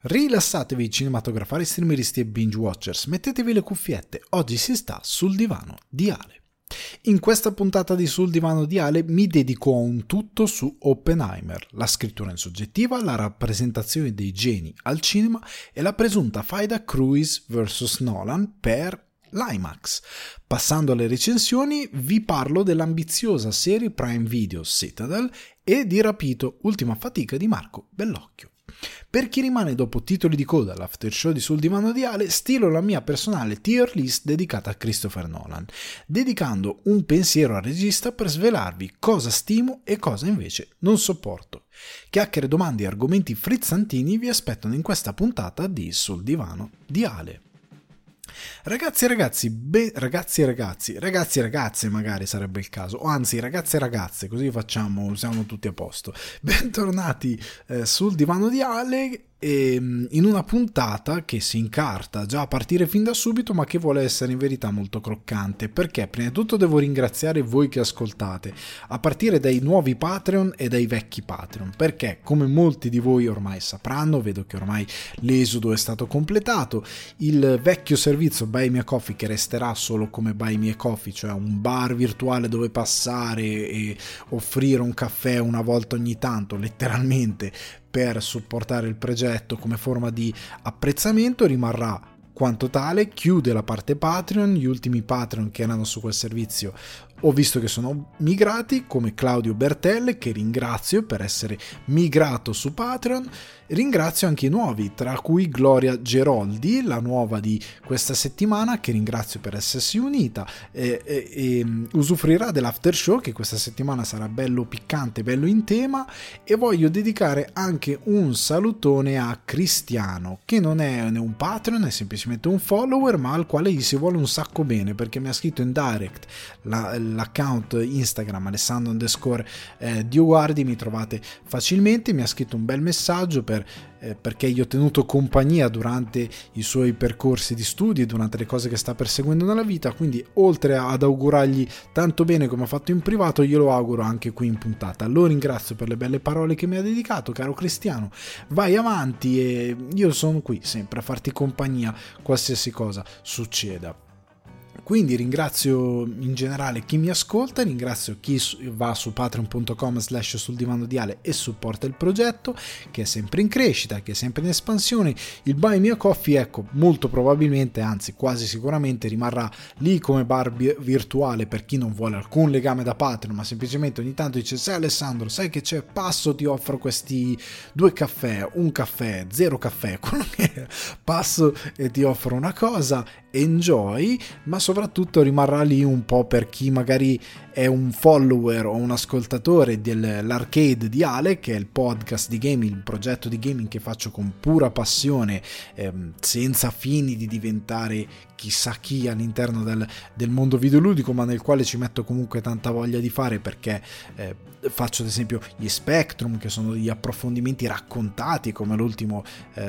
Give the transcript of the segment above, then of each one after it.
Rilassatevi cinematografari, streameristi e binge watchers, mettetevi le cuffiette, oggi si sta sul divano di Ale. In questa puntata di Sul divano di Ale mi dedico a un tutto su Oppenheimer, la scrittura in soggettiva, la rappresentazione dei geni al cinema e la presunta faida Cruise vs Nolan per l'IMAX. Passando alle recensioni, vi parlo dell'ambiziosa serie Prime Video Citadel e di Rapito, ultima fatica di Marco Bellocchio. Per chi rimane dopo titoli di coda all'after show di Sul divano di Ale, stilo la mia personale tier list dedicata a Christopher Nolan, dedicando un pensiero al regista per svelarvi cosa stimo e cosa invece non sopporto. Chiacchiere, domande e argomenti frizzantini vi aspettano in questa puntata di Sul divano di Ale. Ragazzi e ragazze magari sarebbe il caso, o anzi ragazze e ragazze, così siamo tutti a posto. Bentornati sul divano di Ale e in una puntata che si incarta già a partire fin da subito, ma che vuole essere in verità molto croccante, perché prima di tutto devo ringraziare voi che ascoltate, a partire dai nuovi Patreon e dai vecchi Patreon, perché come molti di voi ormai sapranno, vedo che ormai l'esodo è stato completato, il vecchio servizio Buy Me a Coffee, che resterà solo come Buy Me a Coffee, cioè un bar virtuale dove passare e offrire un caffè una volta ogni tanto, letteralmente, per supportare il progetto come forma di apprezzamento, rimarrà quanto tale. Chiude la parte Patreon, gli ultimi Patreon che erano su quel servizio ho visto che sono migrati, come Claudio Bertelle, che ringrazio per essere migrato su Patreon. Ringrazio anche i nuovi, tra cui Gloria Geroldi, la nuova di questa settimana, che ringrazio per essersi unita e usufruirà dell'after show, che questa settimana sarà bello piccante, bello in tema. E voglio dedicare anche un salutone a Cristiano, che non è un Patreon, è semplicemente un follower, ma al quale gli si vuole un sacco bene, perché mi ha scritto in direct l'account Instagram Alessandro_Dioguardi, mi trovate facilmente, mi ha scritto un bel messaggio perché gli ho tenuto compagnia durante i suoi percorsi di studi e durante le cose che sta perseguendo nella vita, quindi oltre ad augurargli tanto bene come ho fatto in privato, glielo auguro anche qui in puntata. Lo ringrazio per le belle parole che mi ha dedicato, caro Cristiano, vai avanti e io sono qui sempre a farti compagnia qualsiasi cosa succeda. Quindi ringrazio in generale chi mi ascolta, ringrazio chi va su patreon.com/sul divano di Ale e supporta il progetto, che è sempre in crescita, che è sempre in espansione. Il Buy Me a Coffee, ecco, molto probabilmente, anzi quasi sicuramente rimarrà lì come bar virtuale per chi non vuole alcun legame da Patreon, ma semplicemente ogni tanto dice: sai Alessandro, sai che c'è, passo, ti offro questi 2 caffè, un caffè, 0 caffè, quello che è, passo e ti offro una cosa, enjoy. Ma soprattutto rimarrà lì un po' per chi magari è un follower o un ascoltatore dell'Arcade di Ale, che è il podcast di gaming, il progetto di gaming che faccio con pura passione, senza fini di diventare chissà chi all'interno del mondo videoludico, ma nel quale ci metto comunque tanta voglia di fare, perché faccio ad esempio gli Spectrum, che sono degli approfondimenti raccontati, come l'ultimo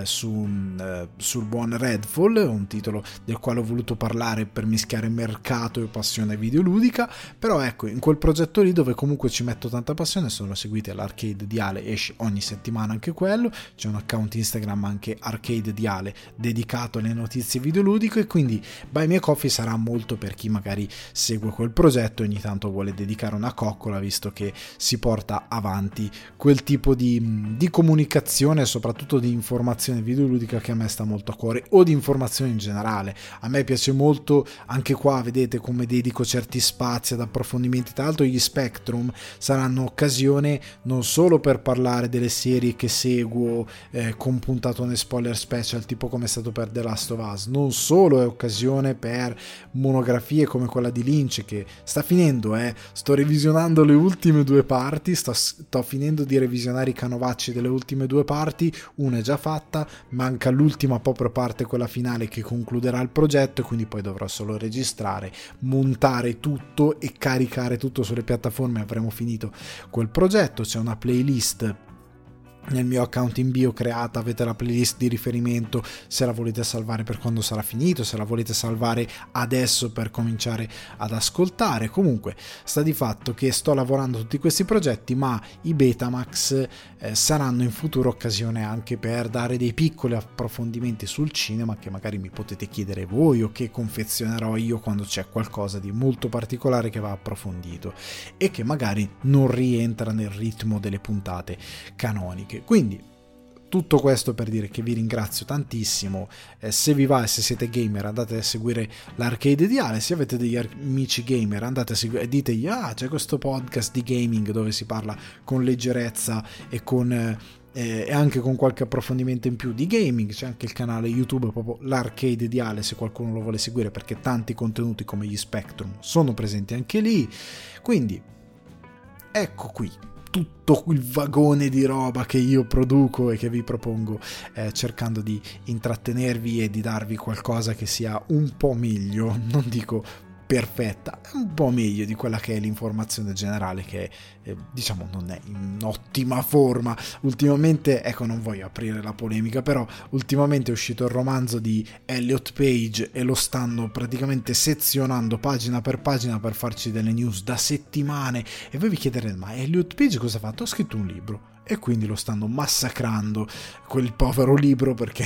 sul buon Redfall, un titolo del quale ho voluto parlare per mischiare mercato e passione videoludica. Però ecco, in quel progetto lì, dove comunque ci metto tanta passione, sono seguiti all'Arcade di Ale, esce ogni settimana anche quello, c'è un account Instagram anche Arcade di Ale dedicato alle notizie videoludiche, e quindi Buy Me a Coffee sarà molto per chi magari segue quel progetto e ogni tanto vuole dedicare una coccola, visto che si porta avanti quel tipo di comunicazione e soprattutto di informazione videoludica che a me sta molto a cuore, o di informazione in generale. A me piace molto, anche qua vedete come dedico certi spazi ad approfondimenti. Tra l'altro gli Spectrum saranno occasione non solo per parlare delle serie che seguo con puntatone spoiler special, tipo come è stato per The Last of Us, non solo è occasione per monografie come quella di Lynch, che sta finendo, sto revisionando le ultime 2 parti, sto finendo di revisionare i canovacci delle ultime 2 parti, una è già fatta, manca l'ultima proprio parte, quella finale, che concluderà il progetto, e quindi poi dovrò solo registrare, montare tutto e caricare tutto sulle piattaforme. Avremo finito quel progetto. C'è una playlist nel mio account in bio creata avete la playlist di riferimento se la volete salvare per quando sarà finito, se la volete salvare adesso per cominciare ad ascoltare. Comunque sta di fatto che sto lavorando a tutti questi progetti, ma i Betamax saranno in futuro occasione anche per dare dei piccoli approfondimenti sul cinema che magari mi potete chiedere voi o che confezionerò io quando c'è qualcosa di molto particolare che va approfondito e che magari non rientra nel ritmo delle puntate canoniche. Quindi tutto questo per dire che vi ringrazio tantissimo, se vi va e se siete gamer andate a seguire l'Arcade Diale, se avete degli amici gamer andate a seguire e ditegli c'è questo podcast di gaming dove si parla con leggerezza e e anche con qualche approfondimento in più di gaming. C'è anche il canale YouTube proprio l'Arcade Diale se qualcuno lo vuole seguire, perché tanti contenuti come gli Spectrum sono presenti anche lì. Quindi ecco qui tutto il vagone di roba che io produco e che vi propongo, cercando di intrattenervi e di darvi qualcosa che sia un po' meglio, non dico perfetta, è un po' meglio di quella che è l'informazione generale, che diciamo non è in ottima forma ultimamente. Ecco, non voglio aprire la polemica, però ultimamente è uscito il romanzo di Elliot Page e lo stanno praticamente sezionando pagina per farci delle news da settimane, e voi vi chiederete: ma Elliot Page cosa ha fatto? Ha scritto un libro, e quindi lo stanno massacrando quel povero libro, perché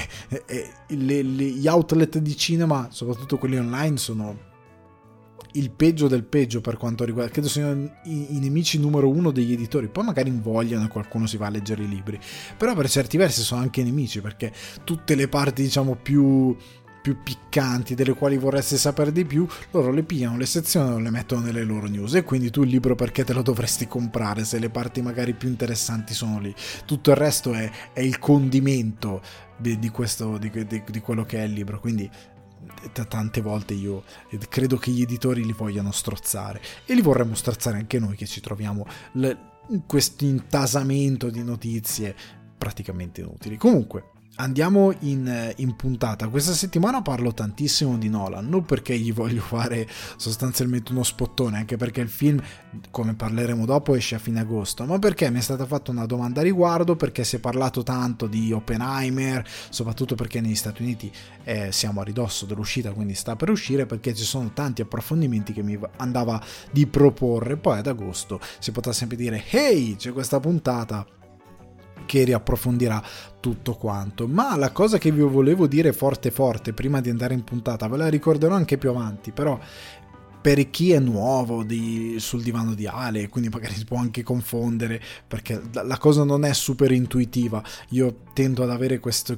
gli outlet di cinema, soprattutto quelli online, sono il peggio del peggio per quanto riguarda, credo siano i nemici numero uno degli editori. Poi magari invogliano e qualcuno si va a leggere i libri, però per certi versi sono anche nemici, perché tutte le parti diciamo più piccanti, delle quali vorreste sapere di più, loro le pigliano, le sezionano e le mettono nelle loro news, e quindi tu il libro perché te lo dovresti comprare se le parti magari più interessanti sono lì? Tutto il resto è il condimento di quello che è il libro. Quindi tante volte io credo che gli editori li vogliano strozzare, e li vorremmo strozzare anche noi che ci troviamo in questo intasamento di notizie praticamente inutili. Comunque andiamo in puntata. Questa settimana parlo tantissimo di Nolan, non perché gli voglio fare sostanzialmente uno spottone, anche perché il film, come parleremo dopo, esce a fine agosto, ma perché mi è stata fatta una domanda a riguardo, perché si è parlato tanto di Oppenheimer, soprattutto perché negli Stati Uniti siamo a ridosso dell'uscita, quindi sta per uscire, perché ci sono tanti approfondimenti che mi andava di proporre. Poi ad agosto si potrà sempre dire: hey, c'è questa puntata che riapprofondirà tutto quanto. Ma la cosa che vi volevo dire forte prima di andare in puntata, ve la ricorderò anche più avanti, però per chi è nuovo sul divano di Ale, quindi magari si può anche confondere, perché la cosa non è super intuitiva. Io tendo ad avere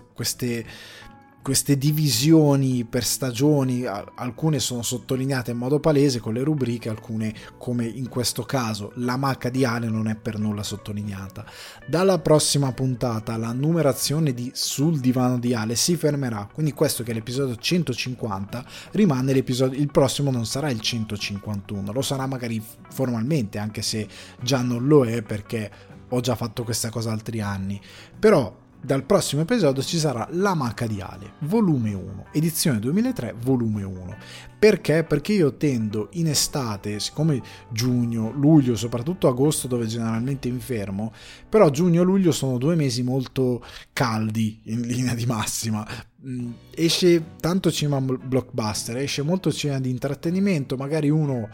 queste divisioni per stagioni, alcune sono sottolineate in modo palese con le rubriche, alcune, come in questo caso la Macca di Ale, non è per nulla sottolineata. Dalla prossima puntata la numerazione sul divano di Ale si fermerà, quindi questo che è l'episodio 150 rimane l'episodio, il prossimo non sarà il 151, lo sarà magari formalmente, anche se già non lo è, perché ho già fatto questa cosa altri anni. Però dal prossimo episodio ci sarà La Macca di Ale, volume 1, edizione 2003, volume 1. Perché? Perché io tendo in estate, siccome giugno, luglio, soprattutto agosto dove generalmente mi fermo, però giugno e luglio sono 2 mesi molto caldi in linea di massima. Esce tanto cinema blockbuster, esce molto cinema di intrattenimento, magari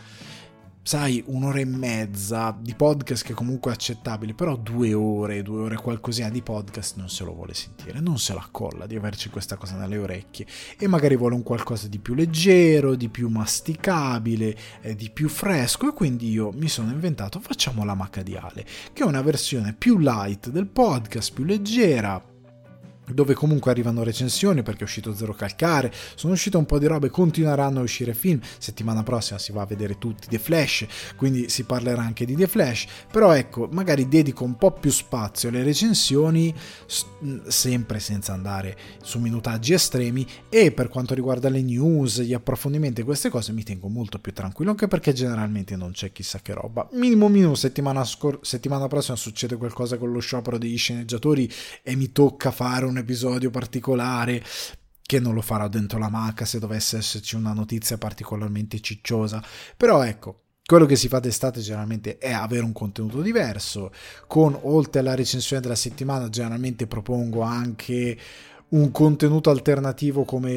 sai, 1 ora e mezza di podcast, che comunque è accettabile, però 2 ore qualcosina di podcast non se lo vuole sentire, non se la colla di averci questa cosa nelle orecchie, e magari vuole un qualcosa di più leggero, di più masticabile, di più fresco, e quindi io mi sono inventato: facciamo La Macca di Ale, che è una versione più light del podcast, più leggera, dove comunque arrivano recensioni, perché è uscito Zero Calcare, sono uscite un po' di robe, continueranno a uscire film, settimana prossima si va a vedere tutti The Flash, quindi si parlerà anche di The Flash, però ecco, magari dedico un po' più spazio alle recensioni, sempre senza andare su minutaggi estremi, e per quanto riguarda le news, gli approfondimenti e queste cose mi tengo molto più tranquillo, anche perché generalmente non c'è chissà che roba. Minimo settimana prossima succede qualcosa con lo sciopero degli sceneggiatori e mi tocca fare un episodio particolare, che non lo farò dentro la Macca se dovesse esserci una notizia particolarmente cicciosa. Però ecco, Quello che si fa d'estate generalmente è avere un contenuto diverso, con oltre alla recensione della settimana generalmente propongo anche un contenuto alternativo come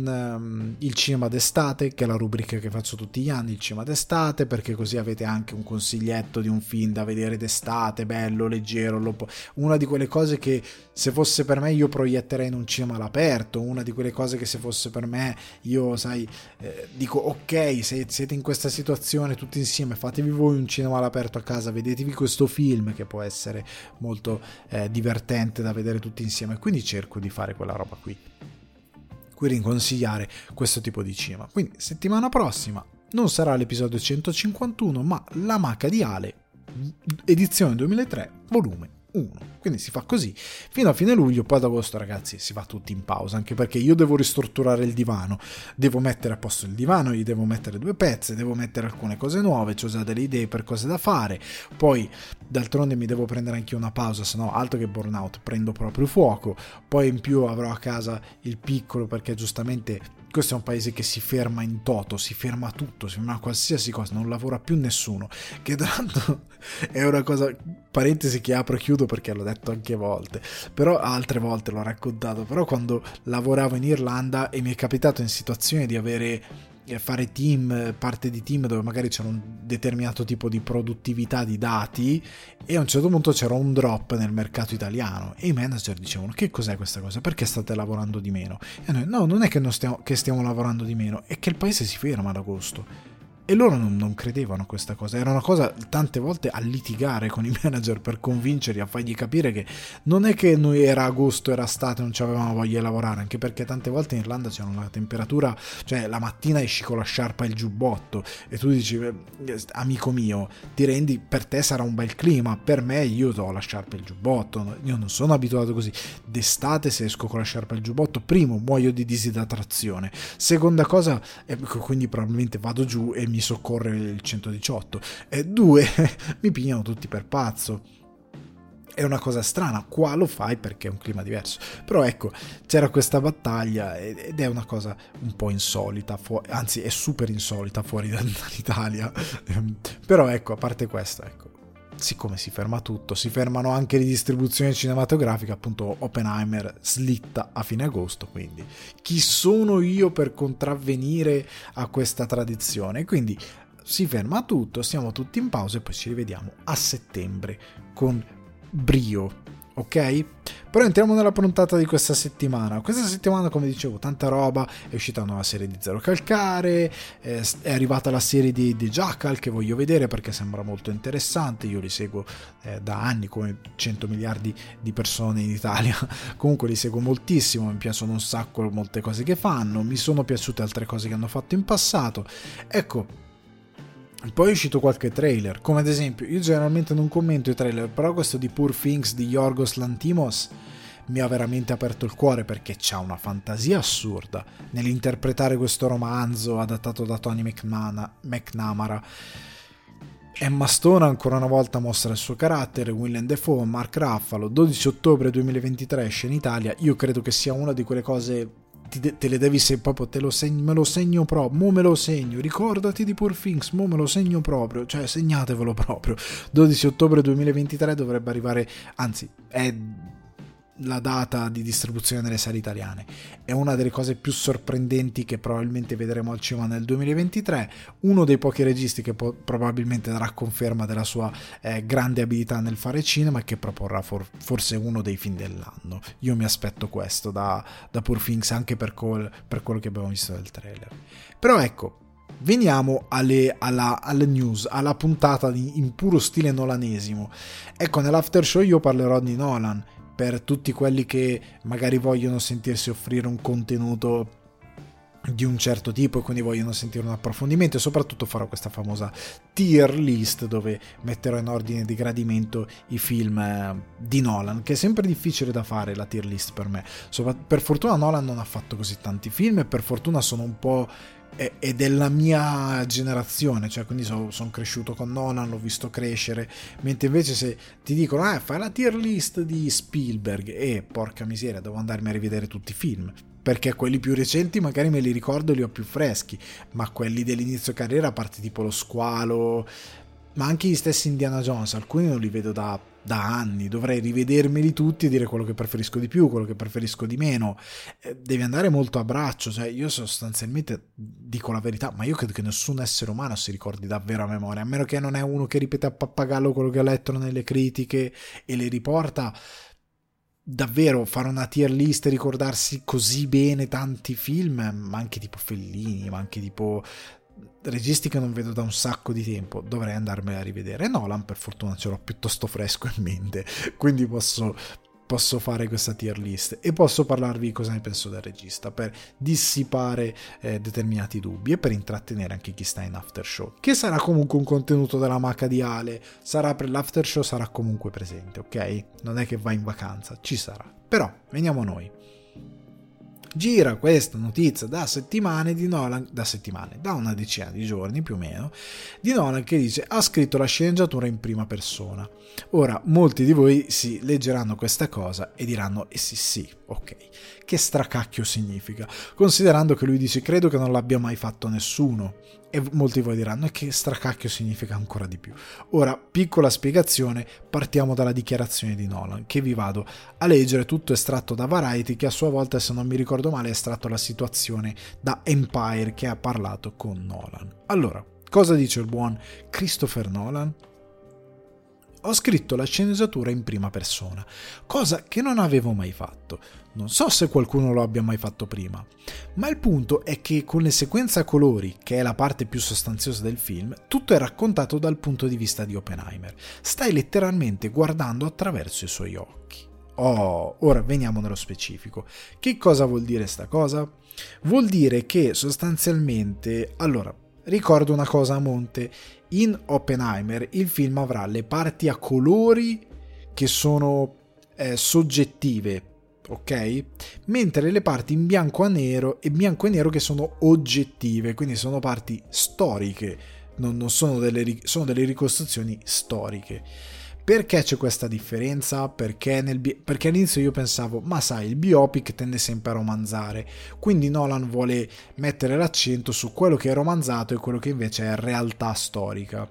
il cinema d'estate, che è la rubrica che faccio tutti gli anni, il cinema d'estate, perché così avete anche un consiglietto di un film da vedere d'estate, bello, leggero, una di quelle cose che se fosse per me io proietterei in un cinema all'aperto, una di quelle cose che se fosse per me io, sai, dico ok, se siete in questa situazione tutti insieme, fatevi voi un cinema all'aperto a casa, vedetevi questo film che può essere molto divertente da vedere tutti insieme, quindi cerco di fare quella roba qui, quindi consigliare questo tipo di cinema. Quindi settimana prossima non sarà l'episodio 151 ma La Maca di Ale, edizione 2003, volume 1. Quindi si fa così fino a fine luglio, poi ad agosto ragazzi si va tutti in pausa, anche perché io devo ristrutturare il divano, devo mettere a posto il divano, gli devo mettere 2 pezze, devo mettere alcune cose nuove, ho già delle idee per cose da fare, poi d'altronde mi devo prendere anche una pausa, se no altro che burnout, prendo proprio fuoco. Poi in più avrò a casa il piccolo, perché giustamente questo è un paese che si ferma in toto, si ferma tutto, si ferma qualsiasi cosa, non lavora più nessuno, che tanto è una cosa, parentesi che apro e chiudo perché l'ho detto anche volte, però altre volte l'ho raccontato, però quando lavoravo in Irlanda e mi è capitato in situazioni di fare team, parte di team dove magari c'era un determinato tipo di produttività di dati e a un certo punto c'era un drop nel mercato italiano e i manager dicevano: che cos'è questa cosa? Perché state lavorando di meno? E noi: no, non è che stiamo lavorando di meno, è che il paese si ferma ad agosto. E loro non credevano a questa cosa, era una cosa tante volte a litigare con i manager per convincerli, a fargli capire che non è che noi era agosto, era estate, non avevamo voglia di lavorare, anche perché tante volte in Irlanda c'è una temperatura, cioè la mattina esci con la sciarpa e il giubbotto e tu dici: amico mio, ti rendi, per te sarà un bel clima, per me io ho la sciarpa e il giubbotto, io non sono abituato così. D'estate se esco con la sciarpa e il giubbotto, primo muoio di disidratazione, seconda cosa, quindi probabilmente vado giù e mi soccorre il 118, e 2 mi pigliano tutti per pazzo. È una cosa strana, qua lo fai perché è un clima diverso, però ecco, c'era questa battaglia ed è una cosa un po' insolita, anzi è super insolita fuori dall'Italia. Però ecco, a parte questo, ecco, siccome si ferma tutto, si fermano anche le distribuzioni cinematografiche, appunto Oppenheimer slitta a fine agosto, quindi chi sono io per contravvenire a questa tradizione? Quindi si ferma tutto, siamo tutti in pausa e poi ci rivediamo a settembre con brio, ok? Però entriamo nella puntata di questa settimana. Questa settimana, come dicevo, tanta roba, è uscita una nuova serie di Zero Calcare, è arrivata la serie di The Jackal che voglio vedere perché sembra molto interessante, io li seguo da anni come 100 miliardi di persone in Italia, comunque li seguo moltissimo, mi piacciono un sacco molte cose che fanno, mi sono piaciute altre cose che hanno fatto in passato, ecco. Poi è uscito qualche trailer, come ad esempio, io generalmente non commento i trailer, però questo di Poor Things di Yorgos Lanthimos mi ha veramente aperto il cuore perché c'ha una fantasia assurda nell'interpretare questo romanzo adattato da Tony McNamara. Emma Stone ancora una volta mostra il suo carattere, Willem Dafoe, Mark Ruffalo, 12 ottobre 2023 esce in Italia, io credo che sia una di quelle cose... te le devi proprio, me lo segno proprio, mo me lo segno, ricordati di Poor Things, mo me lo segno proprio, cioè segnatevelo proprio, 12 ottobre 2023 dovrebbe arrivare, anzi è la data di distribuzione nelle sale italiane, è una delle cose più sorprendenti che probabilmente vedremo al cinema nel 2023, uno dei pochi registi che probabilmente darà conferma della sua grande abilità nel fare cinema e che proporrà forse uno dei film dell'anno. Io mi aspetto questo da Poor Things, anche per quello che abbiamo visto nel trailer. Però ecco, veniamo alla news, alla puntata in puro stile nolanesimo. Ecco, nell'after show io parlerò di Nolan, per tutti quelli che magari vogliono sentirsi offrire un contenuto di un certo tipo e quindi vogliono sentire un approfondimento, e soprattutto farò questa famosa tier list dove metterò in ordine di gradimento i film di Nolan, che è sempre difficile da fare la tier list per me. Per fortuna Nolan non ha fatto così tanti film e per fortuna sono un po' è della mia generazione, cioè quindi sono cresciuto con Nolan, l'ho visto crescere, mentre invece se ti dicono fai la tier list di Spielberg, porca miseria, devo andarmi a rivedere tutti i film. perché quelli più recenti magari me li ricordo, li ho più freschi, ma quelli dell'inizio carriera, a parte tipo Lo Squalo, ma anche gli stessi Indiana Jones, alcuni non li vedo da anni, dovrei rivedermeli tutti e dire quello che preferisco di più, quello che preferisco di meno. Devi andare molto a braccio, cioè io sostanzialmente dico la verità, ma io credo che nessun essere umano si ricordi davvero a memoria, a meno che non è uno che ripete a pappagallo quello che ha letto nelle critiche e le riporta. Davvero fare una tier list e ricordarsi così bene tanti film, ma anche tipo Fellini, ma anche tipo registi che non vedo da un sacco di tempo, dovrei andarmela a rivedere. Nolan per fortuna ce l'ho piuttosto fresco in mente, quindi posso fare questa tier list e posso parlarvi di cosa ne penso del regista per dissipare determinati dubbi e per intrattenere anche chi sta in after show, che sarà comunque un contenuto della maca di Ale, sarà per l'after show, sarà comunque presente, ok? Non è che va in vacanza, ci sarà. Però veniamo a noi. Gira questa notizia da settimane di Nolan, da una decina di giorni più o meno, di Nolan che dice ha scritto la sceneggiatura in prima persona. Ora, molti di voi si leggeranno questa cosa e diranno sì, ok, che stracacchio significa? Considerando che lui dice credo che non l'abbia mai fatto nessuno. E molti di voi diranno e che stracacchio significa ancora di più. Ora, piccola spiegazione, partiamo dalla dichiarazione di Nolan, che vi vado a leggere, tutto estratto da Variety, che a sua volta, se non mi ricordo male, ha estratto la situazione da Empire, che ha parlato con Nolan. Allora, cosa dice il buon Christopher Nolan? Ho scritto la sceneggiatura in prima persona, cosa che non avevo mai fatto. Non so se qualcuno lo abbia mai fatto prima, ma il punto è che con le sequenze a colori, che è la parte più sostanziosa del film, tutto è raccontato dal punto di vista di Oppenheimer. Stai letteralmente guardando attraverso i suoi occhi. Oh, ora veniamo nello specifico. Che cosa vuol dire sta cosa? Vuol dire che sostanzialmente, allora, ricordo una cosa a monte, in Oppenheimer il film avrà le parti a colori che sono soggettive, ok? Mentre le parti in bianco e nero che sono oggettive, quindi sono parti storiche, non sono sono delle ricostruzioni storiche. Perché c'è questa differenza? Perché all'inizio io pensavo, ma sai, il biopic tende sempre a romanzare, quindi Nolan vuole mettere l'accento su quello che è romanzato e quello che invece è realtà storica.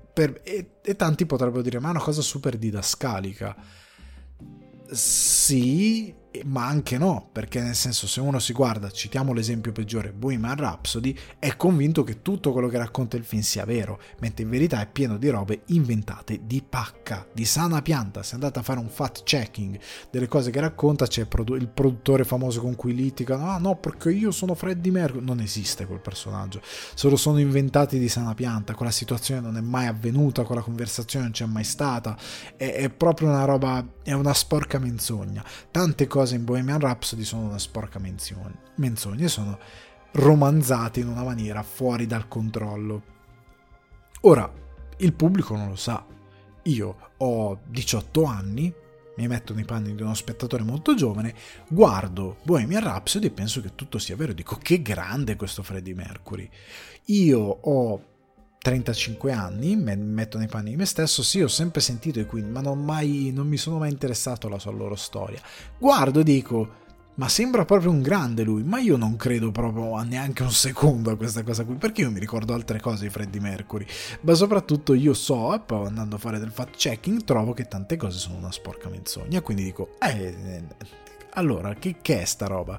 E tanti potrebbero dire, ma è una cosa super didascalica. Sì, ma anche no, perché nel senso, se uno si guarda, citiamo l'esempio peggiore, Bohemian Rhapsody, è convinto che tutto quello che racconta il film sia vero, mentre in verità è pieno di robe inventate di pacca, di sana pianta. Se andate a fare un fact checking delle cose che racconta, c'è il produttore famoso con cui litigano, ah no perché io sono Freddie Mercury, non esiste quel personaggio, sono inventati di sana pianta, quella situazione non è mai avvenuta, quella conversazione non c'è mai stata, è proprio una roba, è una sporca menzogna. Tante cose in Bohemian Rhapsody sono una sporca menzogne, sono romanzate in una maniera fuori dal controllo. Ora, il pubblico non lo sa. Io ho 18 anni, mi metto nei panni di uno spettatore molto giovane, guardo Bohemian Rhapsody e penso che tutto sia vero, dico che grande questo Freddie Mercury. Io ho 35 anni, mi metto nei panni di me stesso, sì, ho sempre sentito i Queen, ma non mi sono mai interessato alla sua loro storia. Guardo e dico, ma sembra proprio un grande lui, ma io non credo proprio a neanche un secondo a questa cosa qui, perché io mi ricordo altre cose di Freddie Mercury, ma soprattutto io so, e poi andando a fare del fact checking trovo che tante cose sono una sporca menzogna, quindi dico, allora, che è sta roba?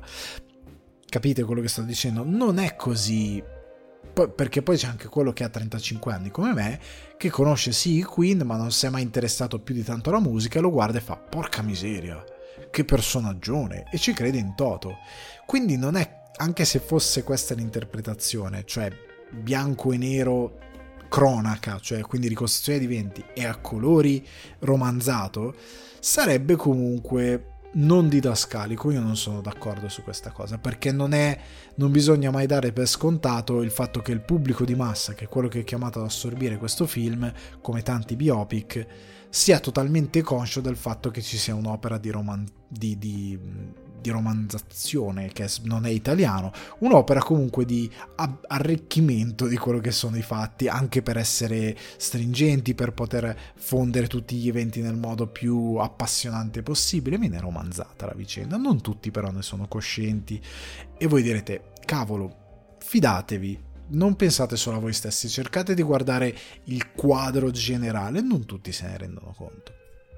Capite quello che sto dicendo? Non è così... perché poi c'è anche quello che ha 35 anni come me, che conosce sì i Queen ma non si è mai interessato più di tanto alla musica, lo guarda e fa porca miseria, che personaggione, e ci crede in toto. Quindi non è, anche se fosse questa l'interpretazione, cioè bianco e nero cronaca, cioè quindi ricostruzione di eventi, e a colori romanzato, sarebbe comunque non didascalico. Io non sono d'accordo su questa cosa, perché non bisogna mai dare per scontato il fatto che il pubblico di massa, che è quello che è chiamato ad assorbire questo film, come tanti biopic, sia totalmente conscio del fatto che ci sia un'opera di di romanzazione, che non è italiano, un'opera comunque di arricchimento di quello che sono i fatti, anche per essere stringenti, per poter fondere tutti gli eventi nel modo più appassionante possibile. Viene romanzata la vicenda, non tutti però ne sono coscienti, e voi direte, cavolo, fidatevi, non pensate solo a voi stessi, cercate di guardare il quadro generale, non tutti se ne rendono conto.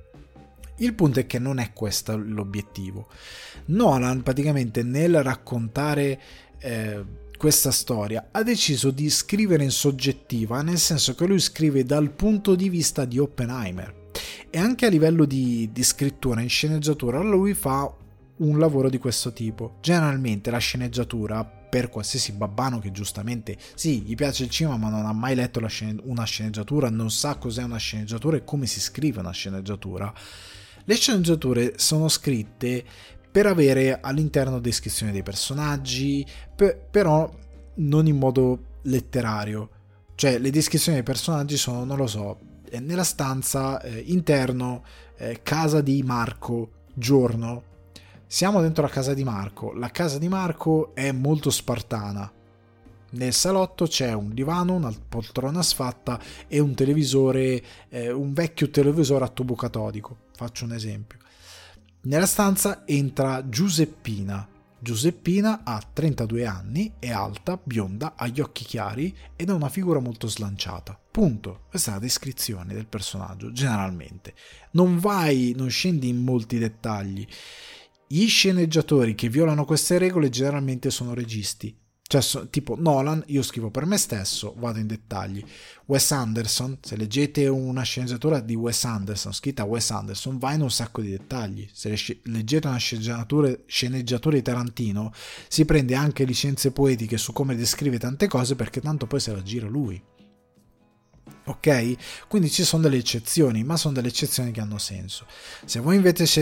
Il punto è che non è questo l'obiettivo. Nolan praticamente nel raccontare questa storia ha deciso di scrivere in soggettiva, nel senso che lui scrive dal punto di vista di Oppenheimer, e anche a livello di scrittura in sceneggiatura lui fa un lavoro di questo tipo. Generalmente la sceneggiatura, per qualsiasi babbano che giustamente sì, gli piace il cinema ma non ha mai letto una sceneggiatura, non sa cos'è una sceneggiatura e come si scrive una sceneggiatura, le sceneggiature sono scritte per avere all'interno descrizioni dei personaggi, però non in modo letterario. Cioè le descrizioni dei personaggi sono, non lo so, nella stanza, interno, casa di Marco, giorno. Siamo dentro la casa di Marco. La casa di Marco è molto spartana. Nel salotto c'è un divano, una poltrona sfatta e un televisore, un vecchio televisore a tubo catodico. Faccio un esempio. Nella stanza entra Giuseppina. Giuseppina ha 32 anni, è alta, bionda, ha gli occhi chiari ed è una figura molto slanciata. Punto. Questa è la descrizione del personaggio, generalmente. Non scendi in molti dettagli. Gli sceneggiatori che violano queste regole generalmente sono registi. Cioè, tipo Nolan, io scrivo per me stesso, vado in dettagli. Wes Anderson, se leggete una sceneggiatura di Wes Anderson, scritta Wes Anderson, va in un sacco di dettagli. Se leggete una sceneggiatura di Tarantino, si prende anche licenze poetiche su come descrive tante cose, perché tanto poi se la gira lui. Ok? Quindi ci sono delle eccezioni, ma sono delle eccezioni che hanno senso. Se voi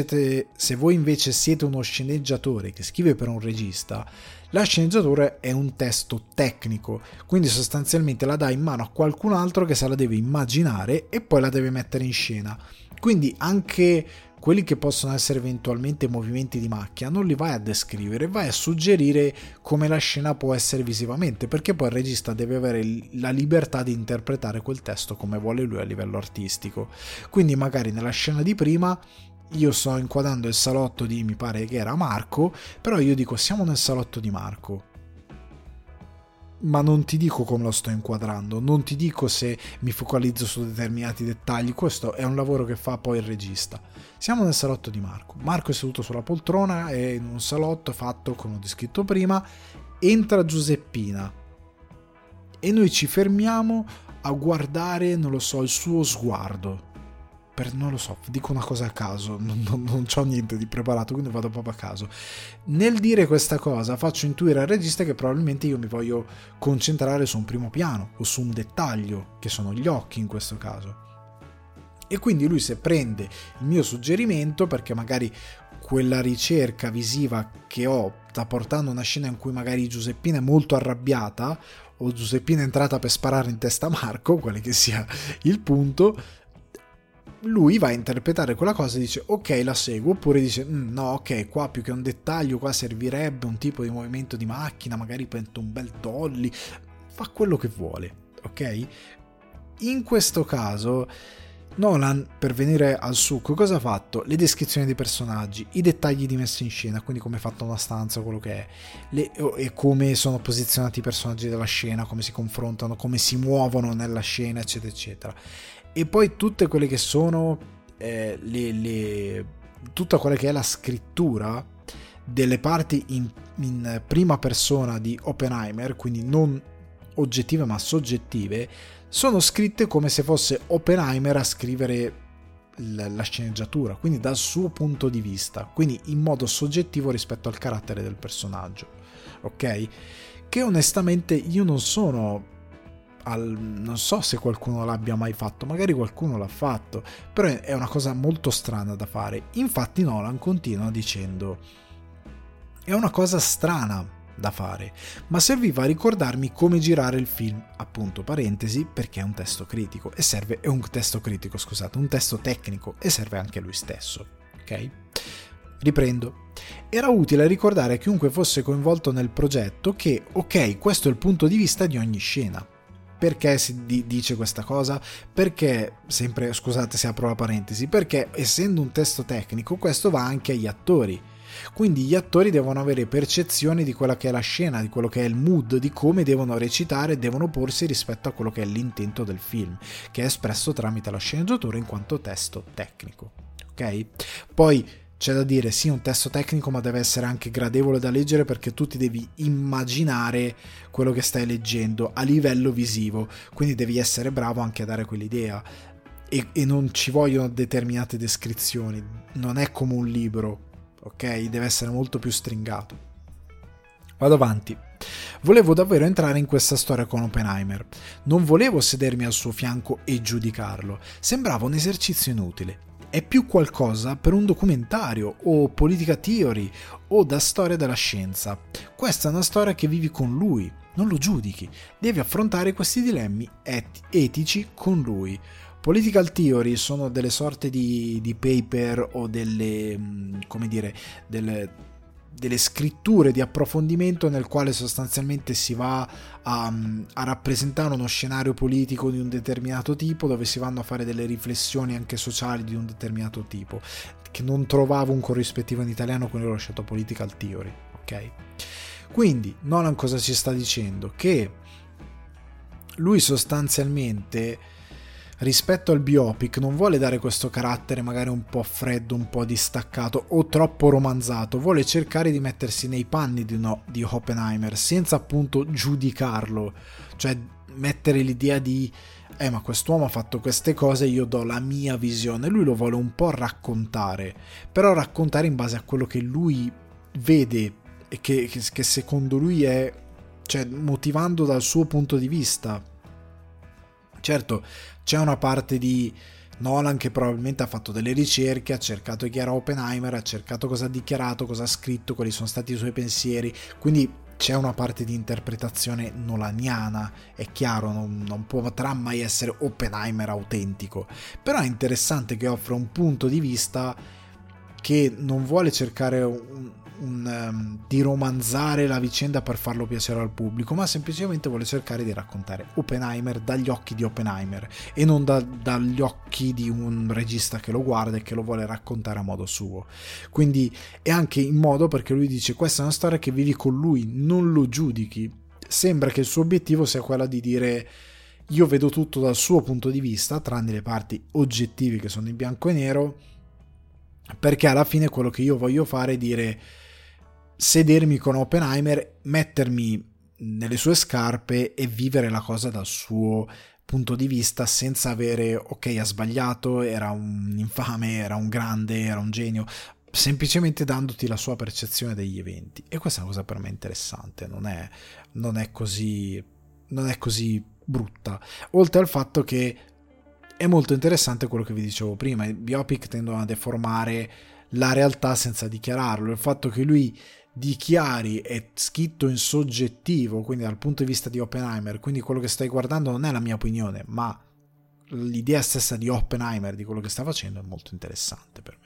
invece siete uno sceneggiatore che scrive per un regista, la sceneggiatura è un testo tecnico, quindi sostanzialmente la dà in mano a qualcun altro che se la deve immaginare e poi la deve mettere in scena. Quindi anche quelli che possono essere eventualmente movimenti di macchina non li vai a descrivere, vai a suggerire come la scena può essere visivamente, perché poi il regista deve avere la libertà di interpretare quel testo come vuole lui a livello artistico. Quindi magari nella scena di prima io sto inquadrando il salotto di, mi pare che era Marco, però io dico siamo nel salotto di Marco, ma non ti dico come lo sto inquadrando, non ti dico se mi focalizzo su determinati dettagli. Questo è un lavoro che fa poi il regista. Siamo nel salotto di Marco. Marco è seduto sulla poltrona, è in un salotto fatto come ho descritto prima. Entra Giuseppina e noi ci fermiamo a guardare, non lo so, il suo sguardo. Non lo so, dico una cosa a caso, non c'ho niente di preparato, quindi vado proprio a caso. Nel dire questa cosa faccio intuire al regista che probabilmente io mi voglio concentrare su un primo piano o su un dettaglio, che sono gli occhi in questo caso. E quindi lui, se prende il mio suggerimento, perché magari quella ricerca visiva che ho sta portando a una scena in cui magari Giuseppina è molto arrabbiata o Giuseppina è entrata per sparare in testa a Marco, quale che sia il punto, lui va a interpretare quella cosa e dice ok, la seguo, oppure dice no, ok, qua più che un dettaglio qua servirebbe un tipo di movimento di macchina, magari prendo un bel dolly, fa quello che vuole, ok? In questo caso Nolan, per venire al succo, cosa ha fatto? Le descrizioni dei personaggi, i dettagli di messa in scena, quindi come è fatta una stanza, quello che è, e come sono posizionati i personaggi della scena, come si confrontano, come si muovono nella scena, eccetera eccetera. E poi tutte quelle che sono tutta quella che è la scrittura delle parti in prima persona di Oppenheimer, quindi non oggettive ma soggettive, sono scritte come se fosse Oppenheimer a scrivere la sceneggiatura, quindi dal suo punto di vista, quindi in modo soggettivo rispetto al carattere del personaggio, ok? Che onestamente io non so se qualcuno l'abbia mai fatto, magari qualcuno l'ha fatto, però è una cosa molto strana da fare. Infatti Nolan continua dicendo è una cosa strana da fare, ma serviva a ricordarmi come girare il film, appunto parentesi, perché è un testo critico e un testo tecnico e serve anche lui stesso, ok? Riprendo. Era utile ricordare a chiunque fosse coinvolto nel progetto che, ok, questo è il punto di vista di ogni scena. Perché si dice questa cosa? Perché, sempre, scusate se apro la parentesi, perché essendo un testo tecnico questo va anche agli attori. Quindi gli attori devono avere percezione di quella che è la scena, di quello che è il mood, di come devono recitare, devono porsi rispetto a quello che è l'intento del film, che è espresso tramite la sceneggiatura in quanto testo tecnico. Ok? Poi c'è da dire, sì, un testo tecnico, ma deve essere anche gradevole da leggere, perché tu ti devi immaginare quello che stai leggendo a livello visivo, quindi devi essere bravo anche a dare quell'idea. E non ci vogliono determinate descrizioni, non è come un libro, ok? Deve essere molto più stringato. Vado avanti. Volevo davvero entrare in questa storia con Oppenheimer. Non volevo sedermi al suo fianco e giudicarlo. Sembrava un esercizio inutile. È più qualcosa per un documentario o politica theory o da storia della scienza. Questa è una storia che vivi con lui, non lo giudichi. Devi affrontare questi dilemmi etici con lui. Political theory sono delle sorte di paper o delle, come dire, delle scritture di approfondimento nel quale sostanzialmente si va a rappresentare uno scenario politico di un determinato tipo, dove si vanno a fare delle riflessioni anche sociali di un determinato tipo, che non trovavo un corrispettivo in italiano, quindi l'ho lasciato political theory, ok? Quindi Nolan cosa ci sta dicendo? Che lui sostanzialmente, rispetto al biopic, non vuole dare questo carattere magari un po' freddo, un po' distaccato o troppo romanzato, vuole cercare di mettersi nei panni di Oppenheimer senza appunto giudicarlo, cioè mettere l'idea di ma quest'uomo ha fatto queste cose, io do la mia visione. Lui lo vuole un po' raccontare, però raccontare in base a quello che lui vede e che secondo lui è, cioè motivando dal suo punto di vista. Certo, c'è una parte di Nolan che probabilmente ha fatto delle ricerche, ha cercato chi era Oppenheimer, ha cercato cosa ha dichiarato, cosa ha scritto, quali sono stati i suoi pensieri, quindi c'è una parte di interpretazione nolaniana, è chiaro, non potrà mai essere Oppenheimer autentico, però è interessante che offra un punto di vista che non vuole cercare di romanzare la vicenda per farlo piacere al pubblico, ma semplicemente vuole cercare di raccontare Oppenheimer dagli occhi di Oppenheimer e non dagli occhi di un regista che lo guarda e che lo vuole raccontare a modo suo. Quindi è anche in modo, perché lui dice questa è una storia che vivi con lui, non lo giudichi. Sembra che il suo obiettivo sia quella di dire io vedo tutto dal suo punto di vista, tranne le parti oggettive che sono in bianco e nero, perché alla fine quello che io voglio fare è dire sedermi con Oppenheimer, mettermi nelle sue scarpe e vivere la cosa dal suo punto di vista, senza avere ok, ha sbagliato, era un infame, era un grande, era un genio, semplicemente dandoti la sua percezione degli eventi. E questa è una cosa per me interessante, non è così brutta, oltre al fatto che è molto interessante quello che vi dicevo prima, i biopic tendono a deformare la realtà senza dichiararlo. Il fatto che lui dichiari è scritto in soggettivo, quindi dal punto di vista di Oppenheimer, quindi quello che stai guardando non è la mia opinione, ma l'idea stessa di Oppenheimer, di quello che sta facendo, è molto interessante per me.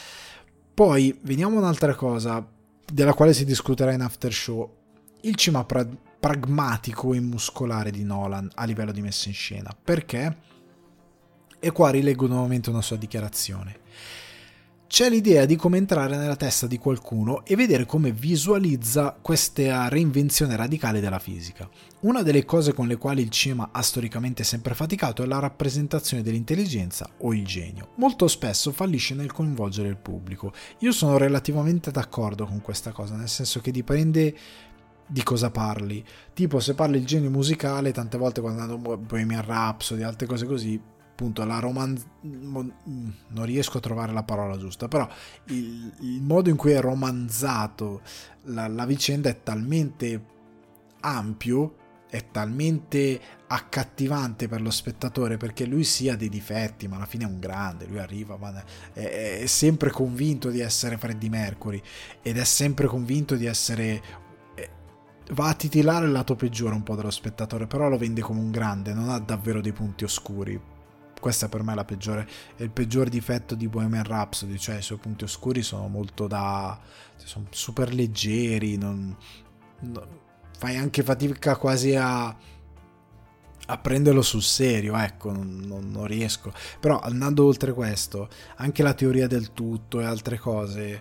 Poi veniamo a un'altra cosa della quale si discuterà in after show: il cinema pragmatico e muscolare di Nolan a livello di messa in scena. Perché? E qua rileggo nuovamente una sua dichiarazione. C'è l'idea di come entrare nella testa di qualcuno e vedere come visualizza questa reinvenzione radicale della fisica. Una delle cose con le quali il cinema ha storicamente sempre faticato è la rappresentazione dell'intelligenza o il genio. Molto spesso fallisce nel coinvolgere il pubblico. Io sono relativamente d'accordo con questa cosa, nel senso che dipende di cosa parli. Tipo, se parli il genio musicale, tante volte quando hanno Bohemian Rhapsody, altre cose così, appunto non riesco a trovare la parola giusta, però il modo in cui è romanzato la vicenda è talmente ampio, è talmente accattivante per lo spettatore, perché lui sì ha dei difetti, ma alla fine è un grande, lui arriva, ma è sempre convinto di essere Freddie Mercury ed è sempre convinto di essere, va a titillare il lato peggiore un po' dello spettatore, però lo vende come un grande, non ha davvero dei punti oscuri. questa per me è il peggior difetto di Bohemian Rhapsody, cioè i suoi punti oscuri sono sono super leggeri, fai anche fatica quasi a prenderlo sul serio, ecco, non riesco. Però andando oltre questo, anche la teoria del tutto e altre cose,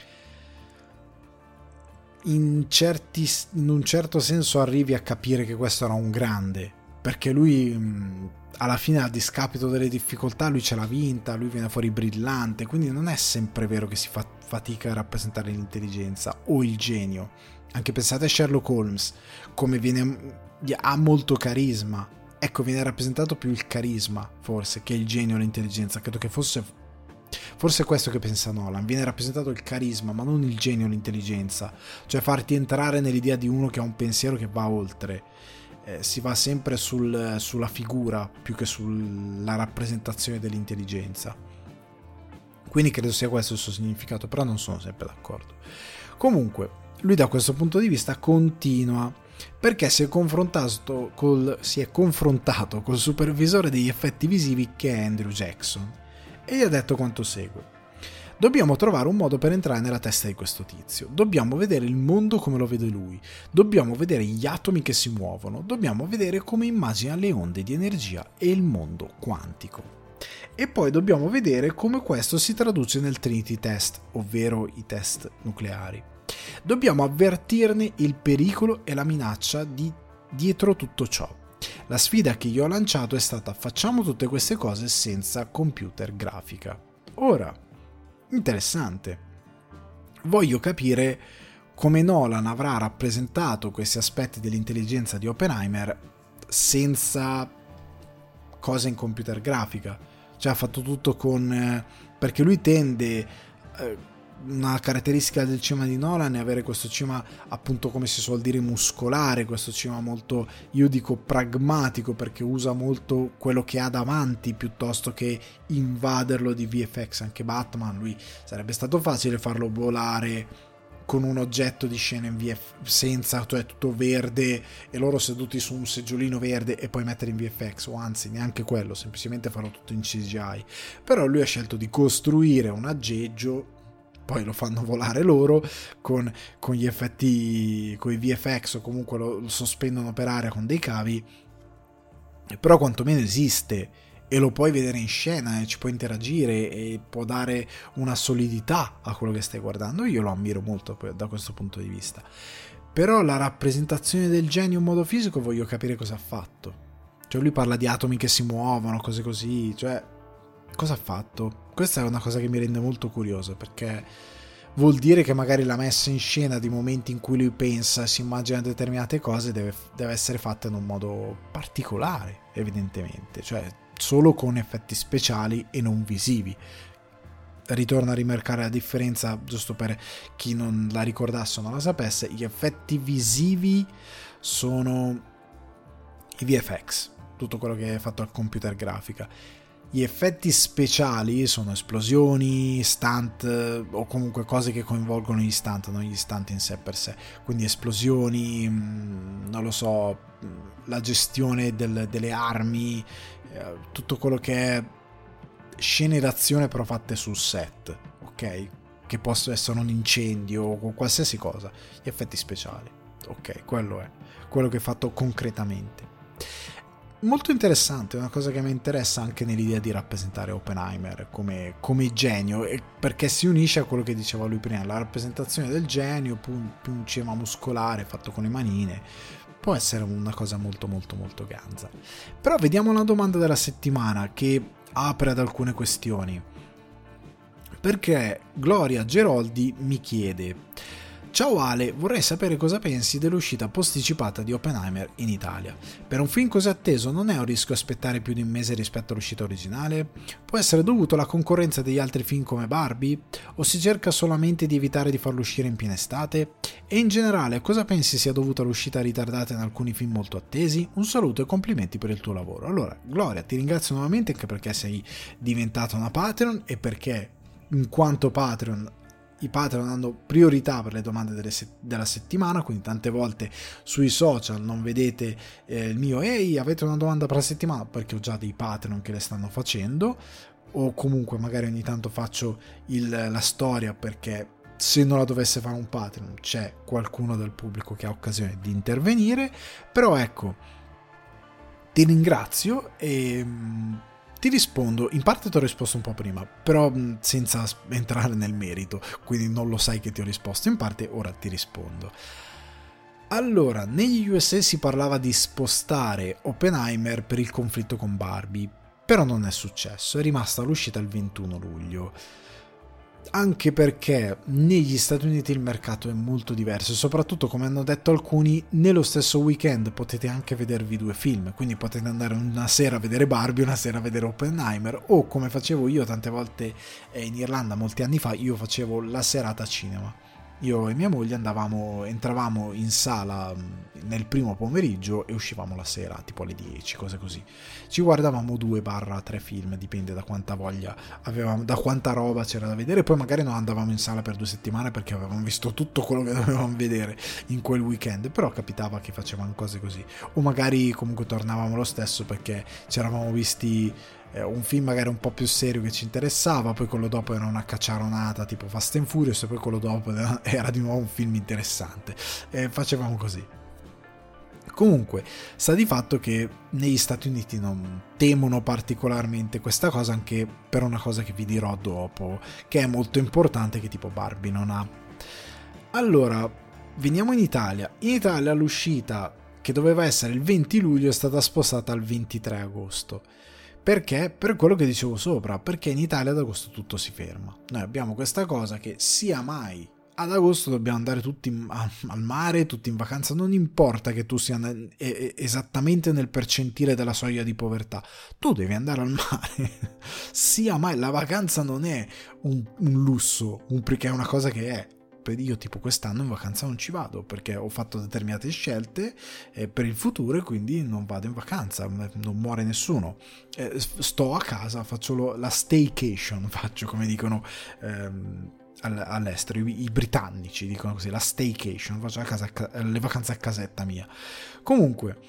in un certo senso arrivi a capire che questo era un grande, perché lui alla fine, a discapito delle difficoltà, lui ce l'ha vinta, lui viene fuori brillante, quindi non è sempre vero che si fa fatica a rappresentare l'intelligenza o il genio. Anche pensate a Sherlock Holmes, come ha molto carisma, ecco, viene rappresentato più il carisma forse che il genio o l'intelligenza. Credo che forse è questo che pensa Nolan, viene rappresentato il carisma ma non il genio o l'intelligenza, cioè farti entrare nell'idea di uno che ha un pensiero che va oltre. Si va sempre sulla figura più che sulla rappresentazione dell'intelligenza, quindi credo sia questo il suo significato, però non sono sempre d'accordo. Comunque lui da questo punto di vista continua, perché si è confrontato col supervisore degli effetti visivi, che è Andrew Jackson, e gli ha detto quanto segue: dobbiamo trovare un modo per entrare nella testa di questo tizio, dobbiamo vedere il mondo come lo vede lui, dobbiamo vedere gli atomi che si muovono, dobbiamo vedere come immagina le onde di energia e il mondo quantico, e poi dobbiamo vedere come questo si traduce nel Trinity Test, ovvero i test nucleari. Dobbiamo avvertirne il pericolo e la minaccia dietro tutto ciò. La sfida che io ho lanciato è stata: facciamo tutte queste cose senza computer grafica. Ora, interessante. Voglio capire come Nolan avrà rappresentato questi aspetti dell'intelligenza di Oppenheimer senza cose in computer grafica. Cioè ha fatto tutto perché lui tende... una caratteristica del cinema di Nolan è avere questo cinema, appunto, come si suol dire, muscolare, questo cinema molto, io dico, pragmatico, perché usa molto quello che ha davanti piuttosto che invaderlo di VFX. Anche Batman, lui sarebbe stato facile farlo volare con un oggetto di scena in senza, cioè tutto verde e loro seduti su un seggiolino verde, e poi mettere in VFX, o anzi neanche quello, semplicemente farlo tutto in CGI. Però lui ha scelto di costruire un aggeggio, poi lo fanno volare loro con gli effetti, con i VFX, o comunque lo sospendono per aria con dei cavi, però quantomeno esiste e lo puoi vedere in scena e ci puoi interagire e può dare una solidità a quello che stai guardando. Io lo ammiro molto da questo punto di vista. Però la rappresentazione del genio in modo fisico voglio capire cosa ha fatto. Cioè lui parla di atomi che si muovono, cose così, cioè cosa ha fatto? Questa è una cosa che mi rende molto curioso, perché vuol dire che magari la messa in scena di momenti in cui lui pensa, si immagina determinate cose, deve essere fatta in un modo particolare, evidentemente, cioè solo con effetti speciali e non visivi. Ritorno a rimarcare la differenza, giusto per chi non la ricordasse o non la sapesse: gli effetti visivi sono i VFX, tutto quello che è fatto al computer grafica. Gli effetti speciali sono esplosioni, stunt, o comunque cose che coinvolgono gli stunt, non gli stunt in sé per sé. Quindi esplosioni, non lo so, la gestione delle armi, tutto quello che è scene d'azione però fatte sul set, ok? Che possa essere un incendio o qualsiasi cosa. Gli effetti speciali, ok? Quello è quello che è fatto concretamente. Molto interessante, una cosa che mi interessa anche nell'idea di rappresentare Oppenheimer come genio, perché si unisce a quello che diceva lui prima, la rappresentazione del genio più un cinema muscolare fatto con le manine. Può essere una cosa molto molto molto ganza. Però vediamo la domanda della settimana, che apre ad alcune questioni, perché Gloria Geroldi mi chiede: ciao Ale, vorrei sapere cosa pensi dell'uscita posticipata di Oppenheimer in Italia. Per un film così atteso non è un rischio aspettare più di un mese rispetto all'uscita originale? Può essere dovuto alla concorrenza degli altri film come Barbie? O si cerca solamente di evitare di farlo uscire in piena estate? E in generale, cosa pensi sia dovuta all'uscita ritardata in alcuni film molto attesi? Un saluto e complimenti per il tuo lavoro. Allora, Gloria, ti ringrazio nuovamente, anche perché sei diventata una Patreon e perché, in quanto Patreon, i Patreon hanno priorità per le domande della settimana, quindi tante volte sui social non vedete il mio ehi, avete una domanda per la settimana, perché ho già dei Patreon che le stanno facendo, o comunque magari ogni tanto faccio la storia, perché se non la dovesse fare un Patreon c'è qualcuno del pubblico che ha occasione di intervenire. Però ecco, ti ringrazio e ti rispondo. In parte ti ho risposto un po' prima, però senza entrare nel merito, quindi non lo sai che ti ho risposto in parte, ora ti rispondo. Allora, negli USA si parlava di spostare Oppenheimer per il conflitto con Barbie, però non è successo, è rimasta l'uscita il 21 luglio. Anche perché negli Stati Uniti il mercato è molto diverso, soprattutto, come hanno detto alcuni, nello stesso weekend potete anche vedervi due film, quindi potete andare una sera a vedere Barbie, una sera a vedere Oppenheimer, o come facevo io tante volte in Irlanda molti anni fa, io facevo la serata cinema. Io e mia moglie entravamo in sala nel primo pomeriggio e uscivamo la sera, tipo alle 10, cose così. Ci guardavamo 2/3 film, dipende da quanta voglia avevamo, da quanta roba c'era da vedere. Poi magari non andavamo in sala per 2 settimane perché avevamo visto tutto quello che dovevamo vedere in quel weekend, però capitava che facevamo cose così. O magari comunque tornavamo lo stesso perché ci eravamo visti un film magari un po' più serio che ci interessava, poi quello dopo era una cacciaronata tipo Fast and Furious, e poi quello dopo era di nuovo un film interessante, e facevamo così. Comunque sta di fatto che negli Stati Uniti non temono particolarmente questa cosa, anche per una cosa che vi dirò dopo, che è molto importante, che tipo Barbie non ha. Allora, veniamo in Italia. In Italia l'uscita, che doveva essere il 20 luglio, è stata spostata al 23 agosto. Perché? Per quello che dicevo sopra, perché in Italia ad agosto tutto si ferma. Noi abbiamo questa cosa che sia mai ad agosto dobbiamo andare tutti al mare, tutti in vacanza, non importa che tu sia esattamente nel percentile della soglia di povertà, tu devi andare al mare. Sia mai, la vacanza non è un lusso, perché è una cosa che è. Io tipo quest'anno in vacanza non ci vado perché ho fatto determinate scelte per il futuro, e quindi non vado in vacanza, non muore nessuno, sto a casa, faccio la staycation, faccio come dicono all'estero i britannici dicono così, la staycation, faccio le vacanze a casetta mia. Comunque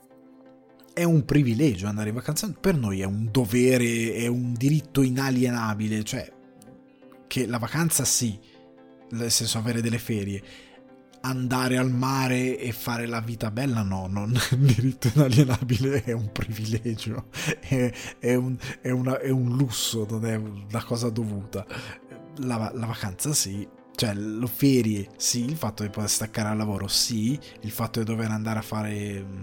è un privilegio andare in vacanza, per noi è un dovere, è un diritto inalienabile, cioè che la vacanza sì, nel senso avere delle ferie, andare al mare e fare la vita bella no, non è un diritto inalienabile, è un privilegio, è un lusso, non è una cosa dovuta. La vacanza sì, cioè le ferie sì, il fatto di poter staccare al lavoro sì, il fatto di dover andare a fare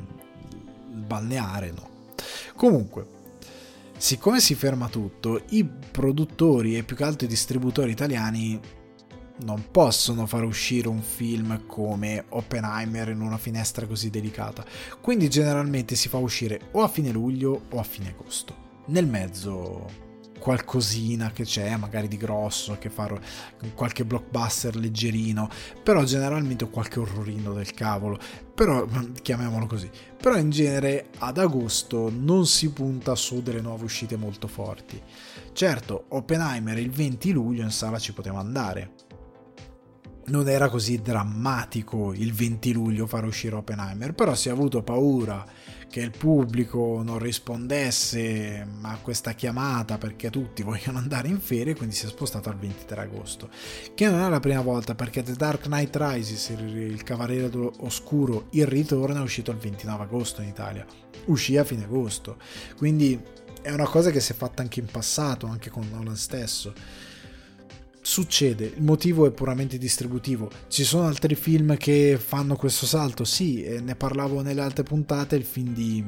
il balneare no. Comunque, siccome si ferma tutto, i produttori e più che altro i distributori italiani non possono far uscire un film come Oppenheimer in una finestra così delicata, quindi generalmente si fa uscire o a fine luglio o a fine agosto. Nel mezzo qualcosina che c'è, magari di grosso, che fa qualche blockbuster leggerino, però generalmente qualche orrorino del cavolo, però chiamiamolo così. Però in genere ad agosto non si punta su delle nuove uscite molto forti. Certo, Oppenheimer il 20 luglio in sala ci poteva andare, non era così drammatico il 20 luglio far uscire Oppenheimer, però si è avuto paura che il pubblico non rispondesse a questa chiamata perché tutti vogliono andare in ferie, quindi si è spostato al 23 agosto, che non è la prima volta, perché The Dark Knight Rises, il Cavaliere Oscuro, il ritorno, è uscito il 29 agosto in Italia, uscì a fine agosto, quindi è una cosa che si è fatta anche in passato, anche con Nolan stesso. Succede, il motivo è puramente distributivo. Ci sono altri film che fanno questo salto, sì, ne parlavo nelle altre puntate. Il film di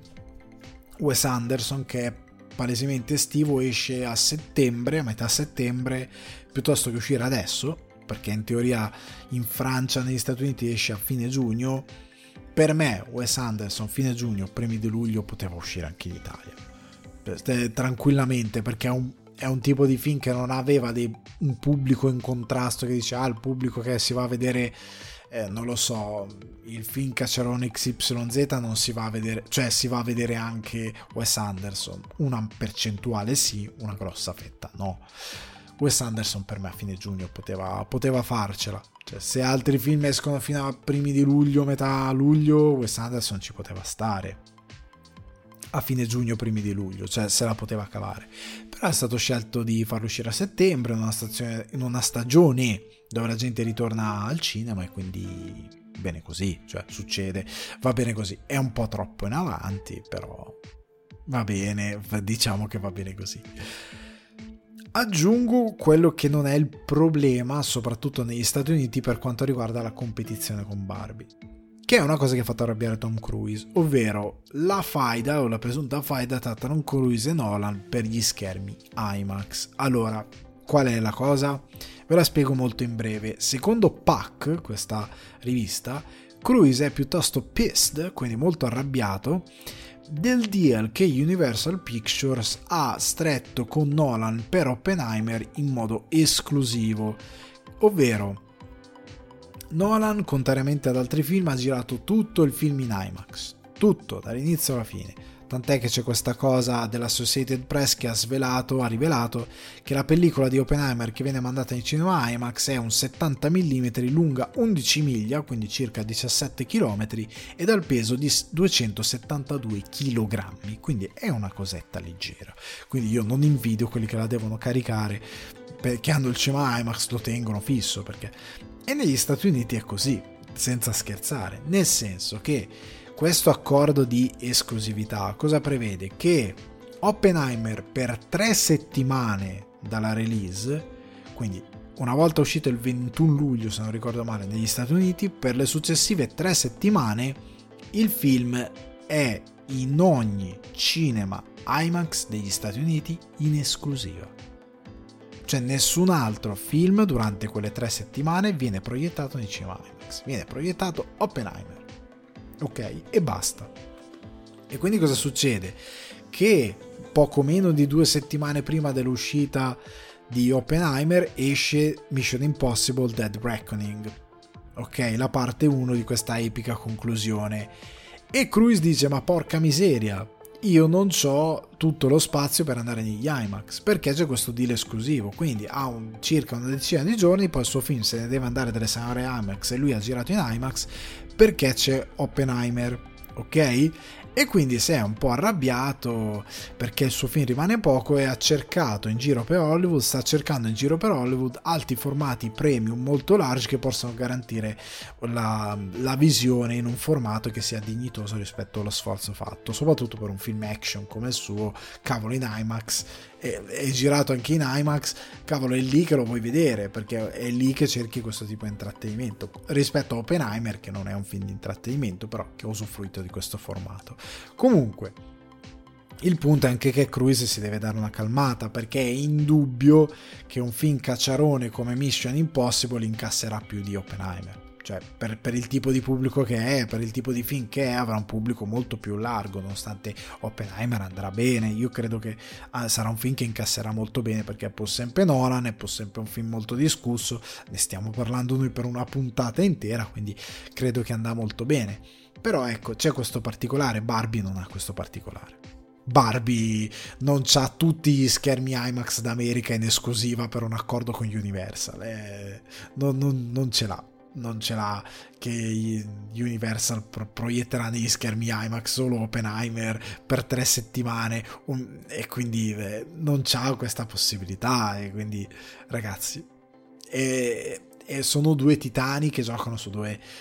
Wes Anderson, che è palesemente estivo, esce a settembre, a metà settembre, piuttosto che uscire adesso, perché in teoria in Francia, negli Stati Uniti esce a fine giugno. Per me Wes Anderson fine giugno, primi di luglio poteva uscire anche in Italia tranquillamente, perché è un tipo di film che non aveva un pubblico in contrasto, che dice il pubblico che si va a vedere non lo so, il film Cacciarone XYZ non si va a vedere, cioè si va a vedere anche Wes Anderson, una percentuale sì, una grossa fetta no. Wes Anderson per me a fine giugno poteva farcela. Cioè, se altri film escono fino a primi di luglio, metà luglio, Wes Anderson ci poteva stare a fine giugno, primi di luglio, cioè se la poteva cavare. Però è stato scelto di farlo uscire a settembre, in una stagione dove la gente ritorna al cinema, e quindi bene così, cioè succede, va bene così. È un po' troppo in avanti, però va bene, diciamo che va bene così. Aggiungo quello che non è il problema, soprattutto negli Stati Uniti, per quanto riguarda la competizione con Barbie, che è una cosa che ha fatto arrabbiare Tom Cruise, ovvero la faida o la presunta faida tra Tom Cruise e Nolan per gli schermi IMAX. Allora, qual è la cosa? Ve la spiego molto in breve. Secondo Puck, questa rivista, Cruise è piuttosto pissed, quindi molto arrabbiato, del deal che Universal Pictures ha stretto con Nolan per Oppenheimer in modo esclusivo, ovvero Nolan, contrariamente ad altri film, ha girato tutto il film in IMAX, tutto, dall'inizio alla fine, tant'è che c'è questa cosa dell'Associated Press che ha rivelato che la pellicola di Oppenheimer che viene mandata in cinema IMAX è un 70 mm lunga 11 miglia, quindi circa 17 km, e dal peso di 272 kg, quindi è una cosetta leggera. Quindi io non invidio quelli che la devono caricare, perché hanno il cinema IMAX, lo tengono fisso, perché... E negli Stati Uniti è così, senza scherzare, nel senso che questo accordo di esclusività cosa prevede? Che Oppenheimer per 3 settimane dalla release, quindi una volta uscito il 21 luglio se non ricordo male negli Stati Uniti, per le successive 3 settimane il film è in ogni cinema IMAX degli Stati Uniti in esclusiva. Cioè nessun altro film durante quelle 3 settimane viene proiettato nei cinema IMAX, viene proiettato Oppenheimer, ok? E basta. E quindi cosa succede? Che poco meno di 2 settimane prima dell'uscita di Oppenheimer esce Mission Impossible Dead Reckoning, ok? La parte 1 di questa epica conclusione. E Cruise dice: ma porca miseria, io non ho tutto lo spazio per andare negli IMAX, perché c'è questo deal esclusivo, quindi ha circa una decina di giorni, poi il suo film se ne deve andare dalle sale IMAX e lui ha girato in IMAX perché c'è Oppenheimer, ok? E quindi si è un po' arrabbiato perché il suo film rimane poco, e ha cercato in giro per Hollywood, sta cercando in giro per Hollywood alti formati premium molto large che possano garantire la visione in un formato che sia dignitoso rispetto allo sforzo fatto, soprattutto per un film action come il suo. Cavolo, in IMAX è girato anche in IMAX, cavolo, è lì che lo vuoi vedere, perché è lì che cerchi questo tipo di intrattenimento, rispetto a Oppenheimer che non è un film di intrattenimento, però che ha usufruito di questo formato. Comunque il punto è anche che Cruise si deve dare una calmata, perché è indubbio che un film cacciarone come Mission Impossible incasserà più di Oppenheimer. Cioè per il tipo di pubblico che è, per il tipo di film che è, avrà un pubblico molto più largo, nonostante Oppenheimer andrà bene. Io credo che sarà un film che incasserà molto bene, perché è pur sempre Nolan, è pur sempre un film molto discusso, ne stiamo parlando noi per una puntata intera, quindi credo che andrà molto bene. Però ecco, c'è questo particolare, Barbie non ha questo particolare. Barbie non c'ha tutti gli schermi IMAX d'America in esclusiva per un accordo con Universal, non ce l'ha. Non ce l'ha, che Universal proietterà negli schermi IMAX solo Oppenheimer per 3 settimane, e quindi non c'ha questa possibilità. E quindi ragazzi, e sono due titani che giocano su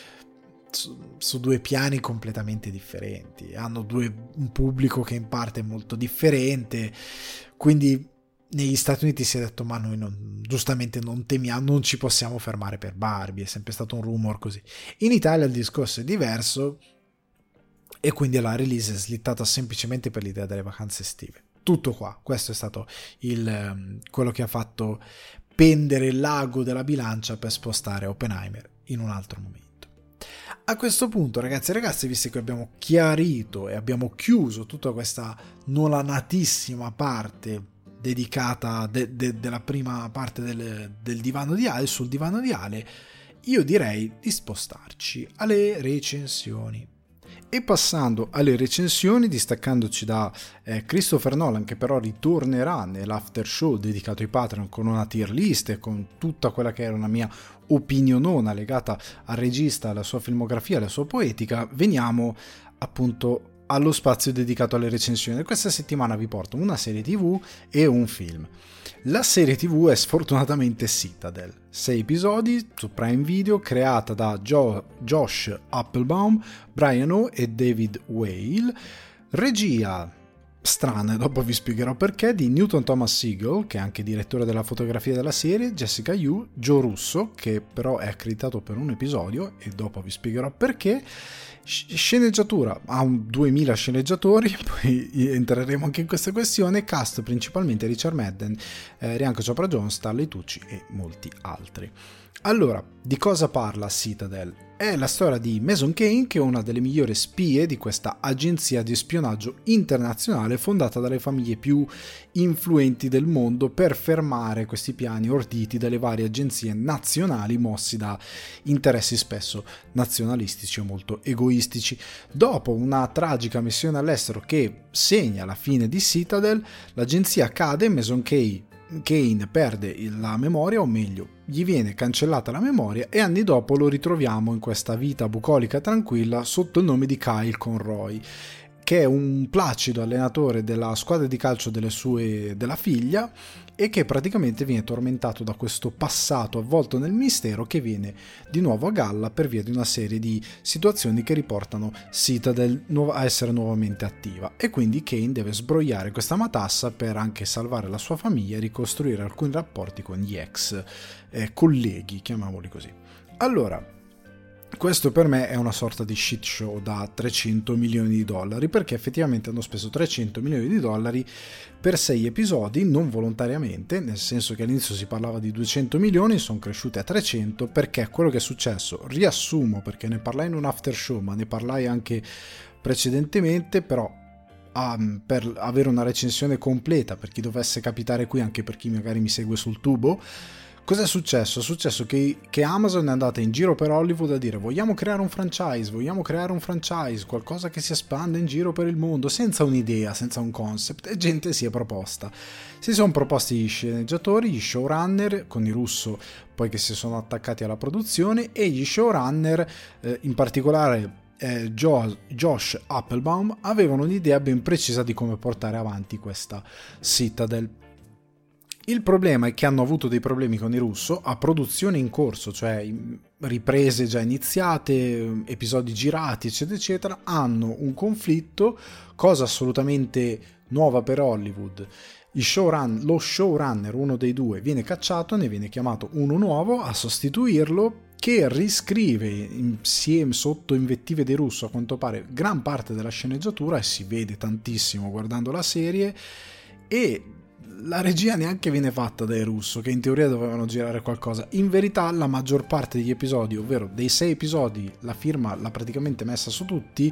due piani completamente differenti, hanno un pubblico che in parte è molto differente, quindi negli Stati Uniti si è detto: ma noi giustamente non temiamo, non ci possiamo fermare per Barbie, è sempre stato un rumor così. In Italia il discorso è diverso, e quindi la release è slittata semplicemente per l'idea delle vacanze estive. Tutto qua, questo è stato quello che ha fatto pendere il l'ago della bilancia per spostare Oppenheimer in un altro momento. A questo punto, ragazzi e ragazze, visto che abbiamo chiarito e abbiamo chiuso tutta questa nolanatissima parte dedicata della prima parte del divano di Ale, sul divano di Ale, io direi di spostarci alle recensioni. E passando alle recensioni, distaccandoci da Christopher Nolan, che però ritornerà nell'after show dedicato ai Patreon con una tier list e con tutta quella che era una mia opinionona legata al regista, alla sua filmografia, alla sua poetica, veniamo appunto allo spazio dedicato alle recensioni. Questa settimana vi porto una serie TV e un film. La serie TV è sfortunatamente Citadel, 6 episodi su Prime Video, creata da Josh Applebaum, Brian O e David Whale, regia strana, dopo vi spiegherò perché, di Newton Thomas Sigel, che è anche direttore della fotografia della serie, Jessica Yu, Joe Russo, che però è accreditato per un episodio e dopo vi spiegherò perché. Sceneggiatura, ha 2000 sceneggiatori, poi entreremo anche in questa questione. Cast principalmente Richard Madden, Priyanka Chopra Jones, Stanley Tucci e molti altri. Allora, di cosa parla Citadel? È la storia di Mason Kane, che è una delle migliori spie di questa agenzia di spionaggio internazionale fondata dalle famiglie più influenti del mondo per fermare questi piani orditi dalle varie agenzie nazionali mossi da interessi spesso nazionalistici o molto egoistici. Dopo una tragica missione all'estero che segna la fine di Citadel, l'agenzia cade, Mason Kane perde la memoria, o meglio gli viene cancellata la memoria, e anni dopo lo ritroviamo in questa vita bucolica tranquilla sotto il nome di Kyle Conroy, che è un placido allenatore della squadra di calcio della figlia, e che praticamente viene tormentato da questo passato avvolto nel mistero, che viene di nuovo a galla per via di una serie di situazioni che riportano Citadel a essere nuovamente attiva, e quindi Kane deve sbrogliare questa matassa per anche salvare la sua famiglia e ricostruire alcuni rapporti con gli ex colleghi, chiamiamoli così. Allora, questo per me è una sorta di shit show da $300 milioni, perché effettivamente hanno speso $300 milioni per 6 episodi, non volontariamente, nel senso che all'inizio si parlava di 200 milioni, sono cresciute a 300, perché quello che è successo, riassumo perché ne parlai in un after show, ma ne parlai anche precedentemente, però per avere una recensione completa, per chi dovesse capitare qui, anche per chi magari mi segue sul tubo. Cosa è successo? È successo che Amazon è andata in giro per Hollywood a dire vogliamo creare un franchise, qualcosa che si espande in giro per il mondo, senza un'idea, senza un concept, e gente si è proposta. Si sono proposti gli sceneggiatori, gli showrunner, con i Russo poi che si sono attaccati alla produzione, e gli showrunner, in particolare Josh Applebaum, avevano un'idea ben precisa di come portare avanti questa Citadel. Il problema è che hanno avuto dei problemi con i Russo a produzione in corso, cioè riprese già iniziate, episodi girati, eccetera, eccetera. Hanno un conflitto, cosa assolutamente nuova per Hollywood. Lo showrunner, uno dei due, viene cacciato, ne viene chiamato uno nuovo a sostituirlo, che riscrive insieme sotto invettive dei Russo, a quanto pare, gran parte della sceneggiatura, e si vede tantissimo guardando la serie, e la regia neanche viene fatta dai Russo, che in teoria dovevano girare qualcosa. In verità la maggior parte degli episodi, ovvero dei 6 episodi, la firma l'ha praticamente messa su tutti,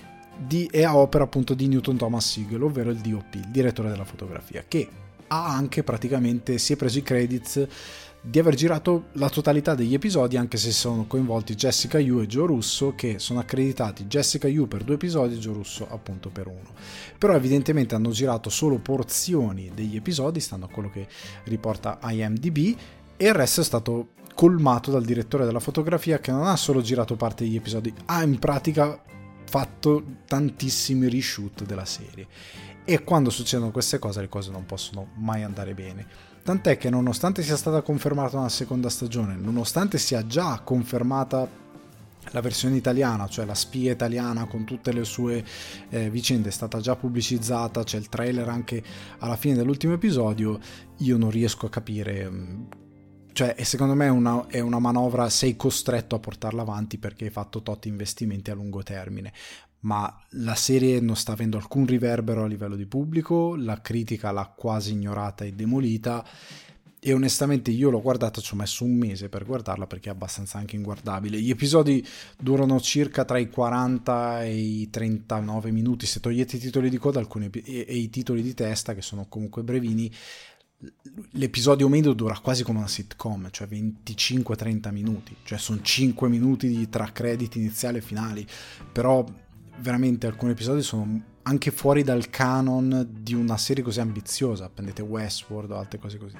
è a opera appunto di Newton Thomas Sigel, ovvero il DOP, il direttore della fotografia, che ha anche praticamente, si è preso i credits di aver girato la totalità degli episodi, anche se sono coinvolti Jessica Yu e Joe Russo, che sono accreditati, Jessica Yu per 2 episodi e Joe Russo appunto per 1. Però evidentemente hanno girato solo porzioni degli episodi, stando a quello che riporta IMDb, e il resto è stato colmato dal direttore della fotografia, che non ha solo girato parte degli episodi, ha in pratica fatto tantissimi reshoot della serie. E quando succedono queste cose, le cose non possono mai andare bene. Tant'è che, nonostante sia stata confermata una seconda stagione, nonostante sia già confermata la versione italiana, cioè la spia italiana con tutte le sue vicende, è stata già pubblicizzata, c'è il trailer anche alla fine dell'ultimo episodio, io non riesco a capire, cioè, e secondo me è una manovra, sei costretto a portarla avanti perché hai fatto tot investimenti a lungo termine. Ma la serie non sta avendo alcun riverbero a livello di pubblico, la critica l'ha quasi ignorata e demolita, e onestamente io l'ho guardata, ci ho messo un mese per guardarla perché è abbastanza anche inguardabile. Gli episodi durano circa tra i 40 e i 39 minuti, se togliete i titoli di coda e i titoli di testa, che sono comunque brevini. L'episodio medio dura quasi come una sitcom, cioè 25-30 minuti, cioè sono 5 minuti tra crediti iniziali e finali, però veramente alcuni episodi sono anche fuori dal canon di una serie così ambiziosa, prendete Westworld o altre cose così,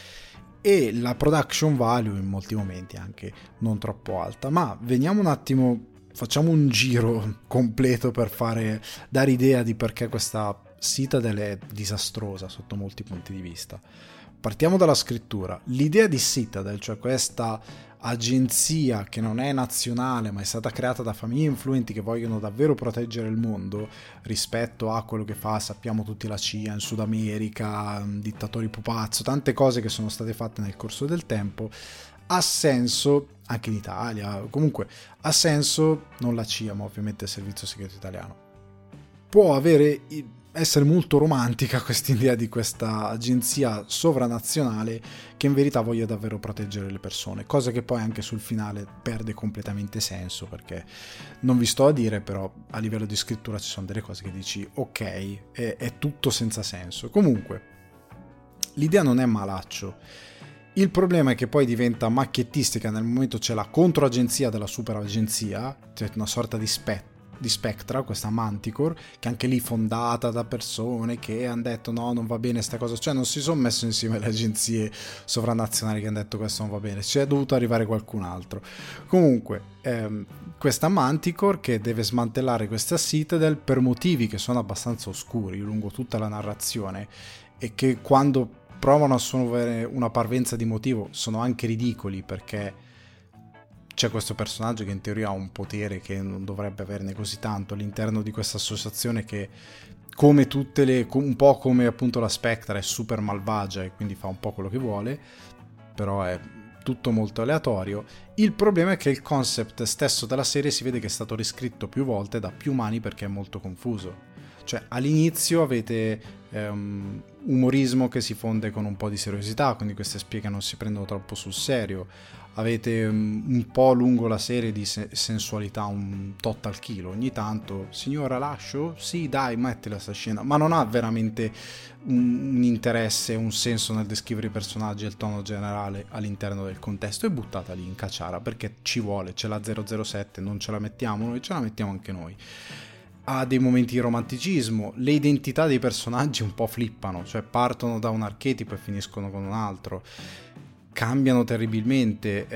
e la production value in molti momenti anche non troppo alta. Ma veniamo un attimo, facciamo un giro completo per dare idea di perché questa Citadel è disastrosa sotto molti punti di vista. Partiamo dalla scrittura. L'idea di Citadel, cioè questa agenzia che non è nazionale ma è stata creata da famiglie influenti che vogliono davvero proteggere il mondo rispetto a quello che fa, sappiamo tutti, la CIA in Sud America, dittatori pupazzo, tante cose che sono state fatte nel corso del tempo, ha senso anche in Italia, comunque ha senso, non la CIA ma ovviamente il servizio segreto italiano. Può essere molto romantica quest'idea di questa agenzia sovranazionale che in verità voglia davvero proteggere le persone, cosa che poi anche sul finale perde completamente senso, perché non vi sto a dire, però a livello di scrittura ci sono delle cose che dici ok, è tutto senza senso. Comunque l'idea non è malaccio, il problema è che poi diventa macchiettistica nel momento c'è la controagenzia della superagenzia, cioè una sorta di Spectra, questa Manticore, che anche lì fondata da persone che hanno detto no, non va bene sta cosa, cioè non si sono messo insieme le agenzie sovranazionali che hanno detto questo non va bene, ci è dovuto arrivare qualcun altro. Comunque questa Manticore che deve smantellare questa Citadel per motivi che sono abbastanza oscuri lungo tutta la narrazione e che quando provano a assumere una parvenza di motivo sono anche ridicoli, perché c'è questo personaggio che in teoria ha un potere che non dovrebbe averne così tanto all'interno di questa associazione che, come un po' come appunto la Spectra, è super malvagia e quindi fa un po' quello che vuole, però è tutto molto aleatorio. Il problema è che il concept stesso della serie si vede che è stato riscritto più volte da più mani perché è molto confuso. Cioè all'inizio avete umorismo che si fonde con un po' di seriosità, quindi queste spie che non si prendono troppo sul serio, avete un po' lungo la serie di sensualità, un tot al chilo ogni tanto, signora lascio? Sì dai, mettila sta scena, ma non ha veramente un interesse, un senso nel descrivere i personaggi e il tono generale all'interno del contesto, è buttata lì in cacciara perché ci vuole, c'è la 007, non ce la mettiamo noi, ce la mettiamo anche noi. Ha dei momenti di romanticismo, le identità dei personaggi un po' flippano, cioè partono da un archetipo e finiscono con un altro, cambiano terribilmente,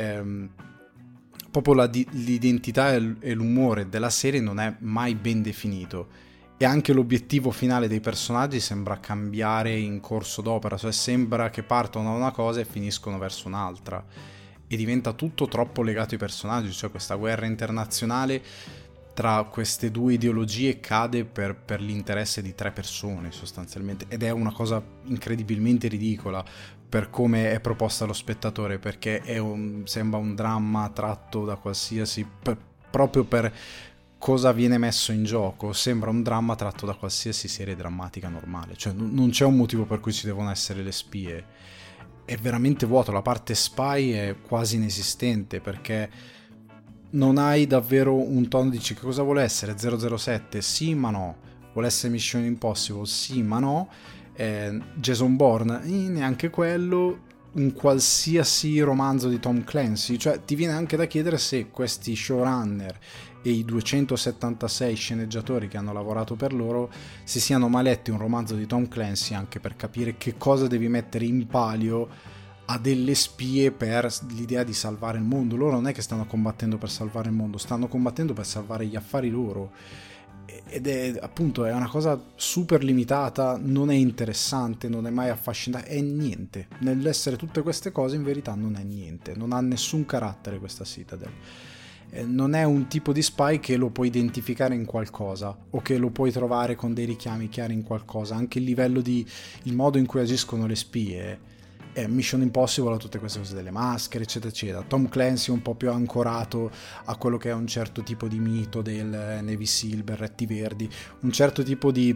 proprio l'identità e l'umore della serie non è mai ben definito e anche l'obiettivo finale dei personaggi sembra cambiare in corso d'opera, cioè sembra che partono da una cosa e finiscono verso un'altra e diventa tutto troppo legato ai personaggi, cioè questa guerra internazionale tra queste due ideologie cade per l'interesse di 3 persone sostanzialmente, ed è una cosa incredibilmente ridicola per come è proposta allo spettatore, perché sembra un dramma tratto da qualsiasi, proprio per cosa viene messo in gioco, sembra un dramma tratto da qualsiasi serie drammatica normale, cioè non c'è un motivo per cui ci devono essere le spie, è veramente vuoto, la parte spy è quasi inesistente perché non hai davvero un tono, dici che cosa vuole essere 007? Sì ma no. Vuole essere Mission Impossible? Sì ma no. Jason Bourne? Neanche quello. Un qualsiasi romanzo di Tom Clancy, cioè ti viene anche da chiedere se questi showrunner e i 276 sceneggiatori che hanno lavorato per loro si siano mai letti un romanzo di Tom Clancy, anche per capire che cosa devi mettere in palio a delle spie per l'idea di salvare il mondo. Loro non è che stanno combattendo per salvare il mondo, stanno combattendo per salvare gli affari loro, ed è appunto è una cosa super limitata, non è interessante, non è mai affascinante, è niente. Nell'essere tutte queste cose in verità non è niente, non ha nessun carattere questa Citadel. Non è un tipo di spy che lo puoi identificare in qualcosa o che lo puoi trovare con dei richiami chiari in qualcosa. Anche il livello il modo in cui agiscono le spie è Mission Impossible, a tutte queste cose delle maschere eccetera eccetera. Tom Clancy è un po' più ancorato a quello che è un certo tipo di mito del Navy Seal, berretti verdi, un certo tipo di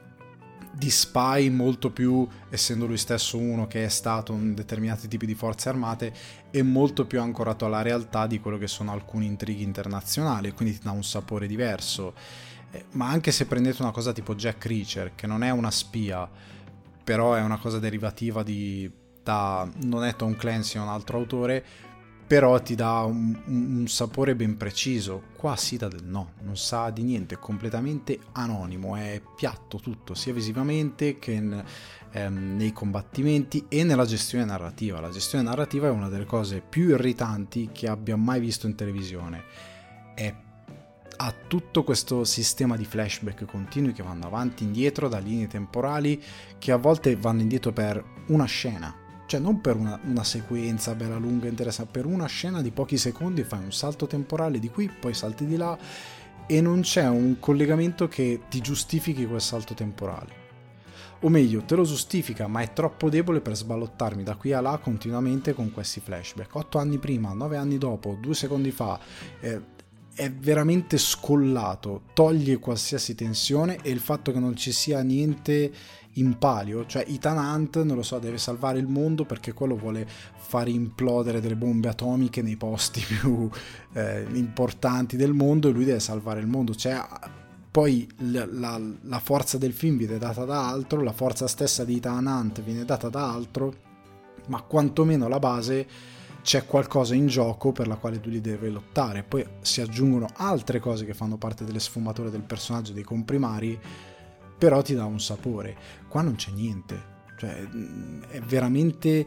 spy molto più, essendo lui stesso uno che è stato in determinati tipi di forze armate, è molto più ancorato alla realtà di quello che sono alcuni intrighi internazionali, quindi ti dà un sapore diverso. Ma anche se prendete una cosa tipo Jack Reacher, che non è una spia però è una cosa derivativa non è Tom Clancy, è un altro autore, però ti dà un sapore ben preciso. Qua Citadel no, non sa di niente, è completamente anonimo, è piatto tutto, sia visivamente che nei combattimenti e nella gestione narrativa. La gestione narrativa è una delle cose più irritanti che abbia mai visto in televisione. Ha tutto questo sistema di flashback continui che vanno avanti e indietro da linee temporali, che a volte vanno indietro per una scena, cioè non per una sequenza bella lunga interessante, per una scena di pochi secondi fai un salto temporale di qui, poi salti di là e non c'è un collegamento che ti giustifichi quel salto temporale. O meglio, te lo giustifica, ma è troppo debole per sballottarmi da qui a là continuamente con questi flashback. 8 anni prima, 9 anni dopo, 2 secondi fa, è veramente scollato, toglie qualsiasi tensione, e il fatto che non ci sia niente in palio, cioè Ethan Hunt, non lo so, deve salvare il mondo perché quello vuole far implodere delle bombe atomiche nei posti più importanti del mondo, e lui deve salvare il mondo. Cioè, poi la forza del film viene data da altro, la forza stessa di Ethan Hunt viene data da altro, ma quantomeno la base c'è qualcosa in gioco per la quale tu li deve lottare. Poi si aggiungono altre cose che fanno parte delle sfumature del personaggio, dei comprimari, però ti dà un sapore. Qua non c'è niente, cioè è veramente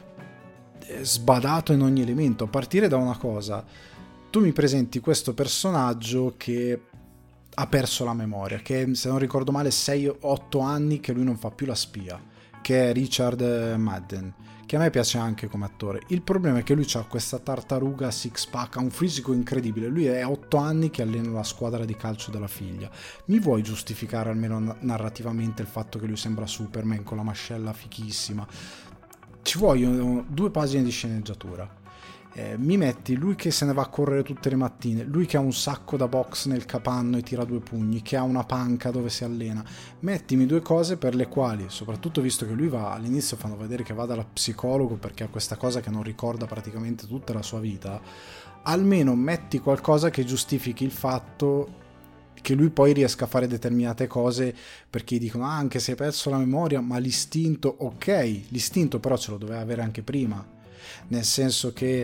sbadato in ogni elemento, a partire da una cosa: tu mi presenti questo personaggio che ha perso la memoria, che se non ricordo male 6-8 anni che lui non fa più la spia, che è Richard Madden, che a me piace anche come attore. Il problema è che lui ha questa tartaruga six pack, ha un fisico incredibile, lui è 8 anni che allena la squadra di calcio della figlia. Mi vuoi giustificare almeno narrativamente il fatto che lui sembra Superman con la mascella fichissima? Ci vogliono 2 pagine di sceneggiatura. Mi metti lui che se ne va a correre tutte le mattine, lui che ha un sacco da box nel capanno e tira 2 pugni, che ha una panca dove si allena. Mettimi 2 cose per le quali, soprattutto visto che lui va, all'inizio fanno vedere che va dalla psicologo perché ha questa cosa che non ricorda praticamente tutta la sua vita, almeno metti qualcosa che giustifichi il fatto che lui poi riesca a fare determinate cose, perché dicono anche se hai perso la memoria, ma l'istinto, ok, l'istinto però ce lo doveva avere anche prima, nel senso che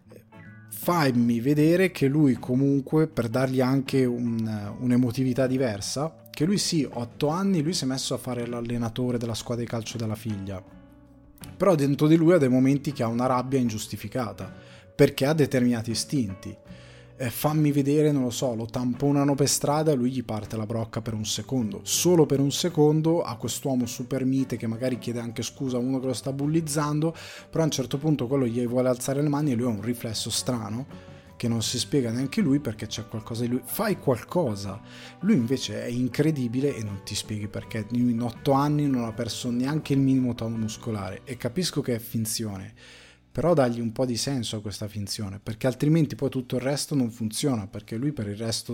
fammi vedere che lui comunque, per dargli anche un'emotività diversa, che lui sì, 8 anni, lui si è messo a fare l'allenatore della squadra di calcio della figlia, però dentro di lui ha dei momenti che ha una rabbia ingiustificata perché ha determinati istinti. Fammi vedere, non lo so, lo tamponano per strada e lui gli parte la brocca per un secondo, solo per un secondo, a quest'uomo super mite che magari chiede anche scusa a uno che lo sta bullizzando, però a un certo punto quello gli vuole alzare le mani e lui ha un riflesso strano che non si spiega neanche lui perché c'è qualcosa di lui. Fai qualcosa. Lui invece è incredibile e non ti spieghi perché in 8 anni non ha perso neanche il minimo tono muscolare, e capisco che è finzione, però dagli un po' di senso a questa finzione, perché altrimenti poi tutto il resto non funziona, perché lui per il resto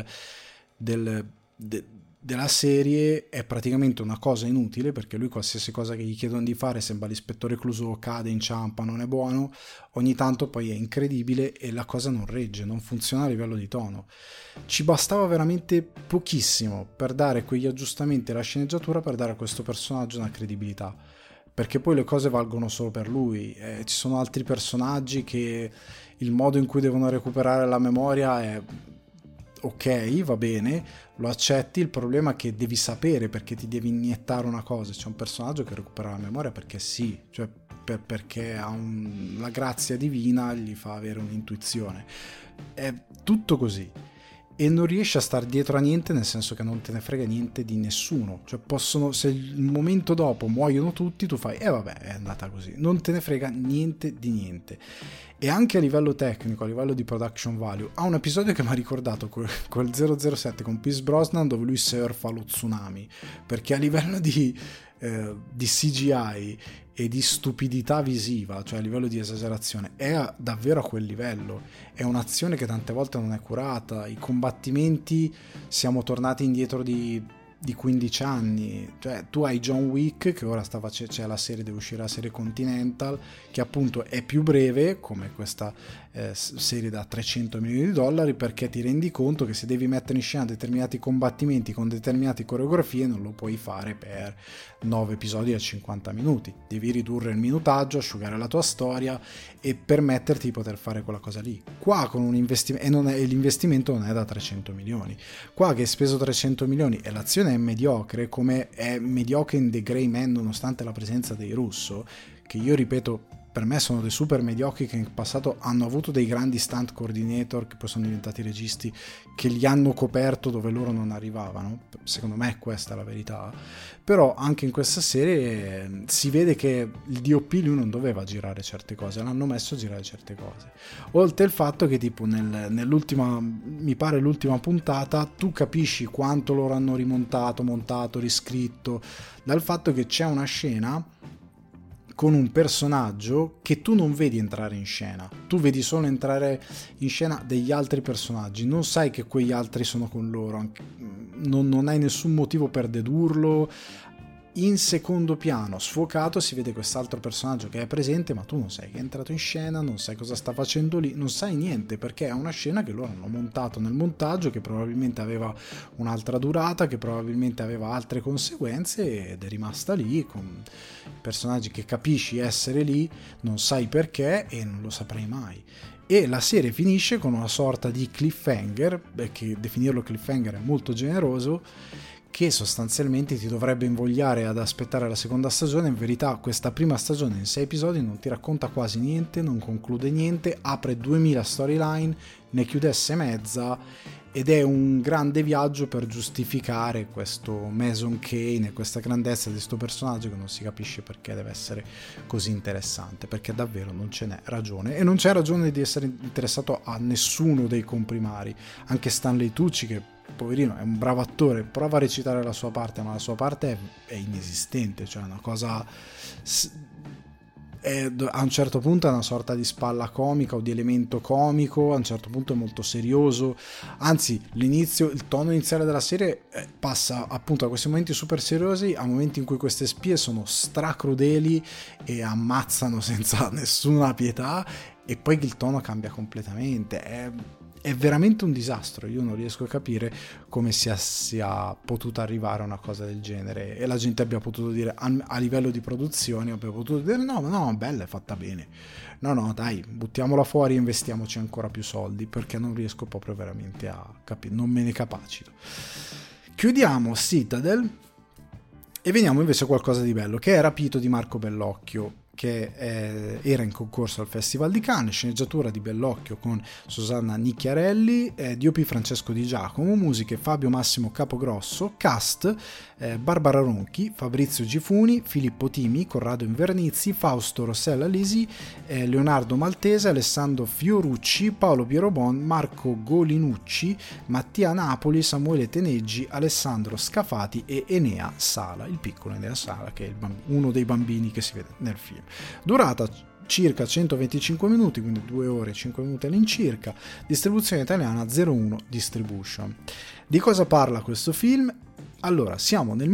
della serie è praticamente una cosa inutile, perché lui qualsiasi cosa che gli chiedono di fare sembra l'ispettore Clouseau, cade, inciampa, non è buono, ogni tanto poi è incredibile e la cosa non regge, non funziona a livello di tono. Ci bastava veramente pochissimo per dare quegli aggiustamenti alla sceneggiatura, per dare a questo personaggio una credibilità, perché poi le cose valgono solo per lui. Ci sono altri personaggi che il modo in cui devono recuperare la memoria è ok, va bene, lo accetti, il problema è che devi sapere, perché ti devi iniettare una cosa. C'è un personaggio che recupera la memoria perché sì, cioè perché ha la grazia divina gli fa avere un'intuizione, è tutto così, e non riesci a star dietro a niente, nel senso che non te ne frega niente di nessuno. Cioè possono, se il momento dopo muoiono tutti, tu fai vabbè, è andata così, non te ne frega niente di niente. E anche a livello tecnico, a livello di production value, ha un episodio che mi ha ricordato quel 007 con Pierce Brosnan, dove lui surfa lo tsunami, perché a livello di CGI e di stupidità visiva, cioè a livello di esagerazione, è davvero a quel livello. È un'azione che tante volte non è curata, i combattimenti siamo tornati indietro di 15 anni. Cioè tu hai John Wick che ora c'è la serie, deve uscire la serie Continental, che appunto è più breve, come questa serie da 300 milioni di dollari, perché ti rendi conto che se devi mettere in scena determinati combattimenti con determinate coreografie non lo puoi fare per 9 episodi a 50 minuti, devi ridurre il minutaggio, asciugare la tua storia e permetterti di poter fare quella cosa lì. Qua con un investimento, e l'investimento non è da 300 milioni, qua che hai speso 300 milioni e l'azione è mediocre, come è mediocre in The Gray Man nonostante la presenza dei Russo, che io ripeto per me sono dei super mediocri, che in passato hanno avuto dei grandi stunt coordinator che poi sono diventati registi, che li hanno coperto dove loro non arrivavano. Secondo me questa è la verità. Però anche in questa serie si vede che il DOP lui non doveva girare certe cose, l'hanno messo a girare certe cose. Oltre il fatto che tipo nell'ultima, mi pare l'ultima puntata, tu capisci quanto loro hanno rimontato, montato, riscritto, dal fatto che c'è una scena con un personaggio che tu non vedi entrare in scena, tu vedi solo entrare in scena degli altri personaggi, non sai che quegli altri sono con loro, non hai nessun motivo per dedurlo. In secondo piano, sfocato, si vede quest'altro personaggio che è presente, ma tu non sai che è entrato in scena, non sai cosa sta facendo lì, non sai niente, perché è una scena che loro hanno montato nel montaggio, che probabilmente aveva un'altra durata, che probabilmente aveva altre conseguenze, ed è rimasta lì con personaggi che capisci essere lì, non sai perché e non lo saprai mai. E la serie finisce con una sorta di cliffhanger, che definirlo cliffhanger è molto generoso, che sostanzialmente ti dovrebbe invogliare ad aspettare la seconda stagione. In verità questa prima stagione in 6 episodi non ti racconta quasi niente, non conclude niente, apre 2000 storyline, ne chiudesse mezza, ed è un grande viaggio per giustificare questo Mason Kane e questa grandezza di questo personaggio che non si capisce perché deve essere così interessante, perché davvero non ce n'è ragione, e non c'è ragione di essere interessato a nessuno dei comprimari. Anche Stanley Tucci, che poverino è un bravo attore, prova a recitare la sua parte, ma la sua parte è inesistente, cioè una cosa a un certo punto è una sorta di spalla comica o di elemento comico, a un certo punto è molto serioso, anzi il tono iniziale della serie passa appunto da questi momenti super seriosi a momenti in cui queste spie sono stracrudeli e ammazzano senza nessuna pietà, e poi il tono cambia completamente. È veramente un disastro, io non riesco a capire come sia potuta arrivare a una cosa del genere, e la gente abbia potuto dire a livello di produzione, abbia potuto dire no, bella, è fatta bene, no dai, buttiamola fuori e investiamoci ancora più soldi, perché non riesco proprio veramente a capire, non me ne capacito. Chiudiamo Citadel e veniamo invece a qualcosa di bello, che è Rapito di Marco Bellocchio, che era in concorso al Festival di Cannes, sceneggiatura di Bellocchio con Susanna Nicchiarelli, DOP Francesco Di Giacomo, musiche Fabio Massimo Capogrosso, cast Barbara Ronchi, Fabrizio Gifuni, Filippo Timi, Corrado Invernizzi, Fausto Rossella Lisi, Leonardo Maltese, Alessandro Fiorucci, Paolo Pierobon, Marco Golinucci, Mattia Napoli, Samuele Teneggi, Alessandro Scafati e Enea Sala, il piccolo Enea Sala, che è uno dei bambini che si vede nel film. Durata circa 125 minuti, quindi 2 ore e 5 minuti all'incirca, distribuzione italiana 01 Distribution. Di cosa parla questo film? Allora, siamo nel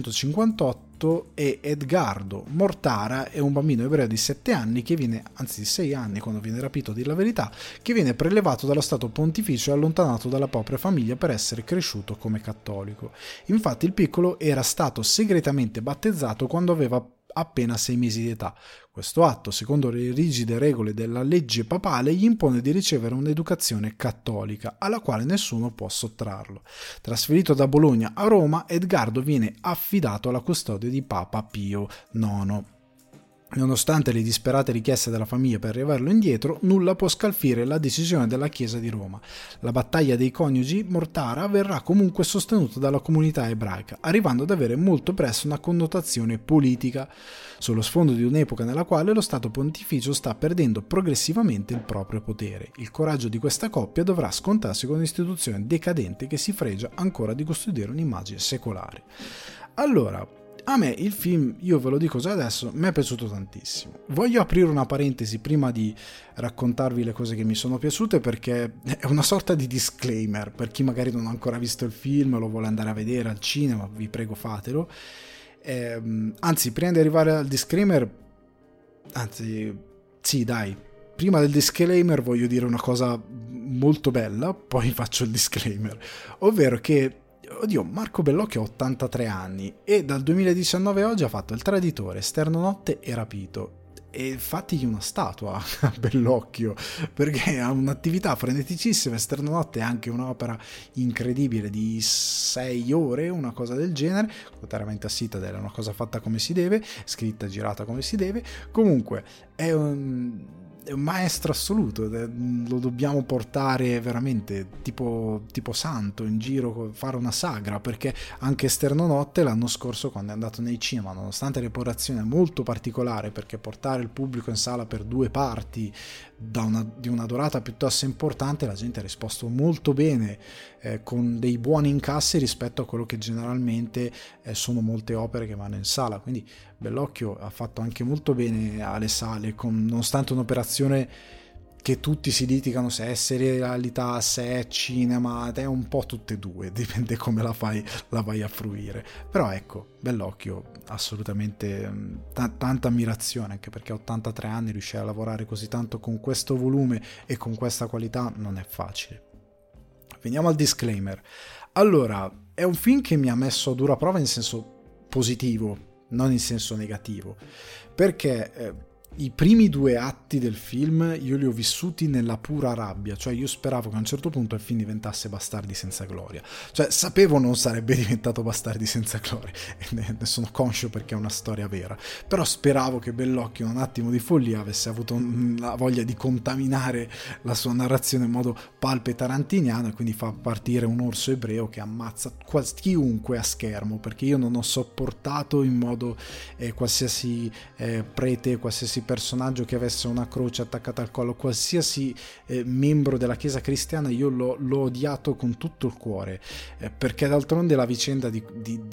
1958 e Edgardo Mortara è un bambino ebreo di 7 anni che viene, anzi di 6 anni quando viene rapito, a dir la verità, che viene prelevato dallo Stato Pontificio e allontanato dalla propria famiglia per essere cresciuto come cattolico. Infatti il piccolo era stato segretamente battezzato quando aveva appena 6 mesi di età. Questo atto, secondo le rigide regole della legge papale, gli impone di ricevere un'educazione cattolica, alla quale nessuno può sottrarlo. Trasferito da Bologna a Roma, Edgardo viene affidato alla custodia di Papa Pio IX. Nonostante le disperate richieste della famiglia per riaverlo indietro, nulla può scalfire la decisione della Chiesa di Roma. La battaglia dei coniugi Mortara verrà comunque sostenuta dalla comunità ebraica, arrivando ad avere molto presto una connotazione politica, sullo sfondo di un'epoca nella quale lo Stato Pontificio sta perdendo progressivamente il proprio potere. Il coraggio di questa coppia dovrà scontarsi con un'istituzione decadente che si fregia ancora di custodire un'immagine secolare. Allora, a me il film, io ve lo dico già adesso, mi è piaciuto tantissimo. Voglio aprire una parentesi prima di raccontarvi le cose che mi sono piaciute, perché è una sorta di disclaimer per chi magari non ha ancora visto il film o lo vuole andare a vedere al cinema, vi prego fatelo. Anzi, prima di arrivare al disclaimer, sì dai, prima del disclaimer voglio dire una cosa molto bella, poi faccio il disclaimer, ovvero che oddio, Marco Bellocchio ha 83 anni e dal 2019 a oggi ha fatto Il Traditore, Sterno Notte e Rapito. E fatigli una statua a Bellocchio, perché ha un'attività freneticissima. Sterno Notte è anche un'opera incredibile di 6 ore, una cosa del genere, contrariamente a Citadel è una cosa fatta come si deve, scritta e girata come si deve. Comunque è un maestro assoluto, lo dobbiamo portare veramente tipo santo in giro, fare una sagra, perché anche Sterno Notte l'anno scorso, quando è andato nei cinema, nonostante l'epurazione molto particolare, perché portare il pubblico in sala per 2 parti di una durata piuttosto importante, la gente ha risposto molto bene, con dei buoni incassi rispetto a quello che generalmente sono molte opere che vanno in sala. Quindi Bellocchio ha fatto anche molto bene alle sale, nonostante un'operazione che tutti si litigano se è serialità, se è cinema, è un po' tutte e due, dipende come la vai a fruire. Però ecco, Bellocchio assolutamente tanta ammirazione, anche perché a 83 anni riuscire a lavorare così tanto con questo volume e con questa qualità non è facile. Veniamo al disclaimer. Allora, è un film che mi ha messo a dura prova in senso positivo, non in senso negativo, perché i primi 2 atti del film io li ho vissuti nella pura rabbia, cioè io speravo che a un certo punto il film diventasse Bastardi senza gloria, cioè sapevo non sarebbe diventato Bastardi senza gloria, e ne sono conscio perché è una storia vera, però speravo che Bellocchio in un attimo di follia avesse avuto la voglia di contaminare la sua narrazione in modo palpe tarantiniano, e quindi fa partire un orso ebreo che ammazza chiunque a schermo, perché io non ho sopportato in modo qualsiasi prete, qualsiasi personaggio che avesse una croce attaccata al collo, qualsiasi membro della Chiesa cristiana, io l'ho odiato con tutto il cuore, perché d'altronde la vicenda di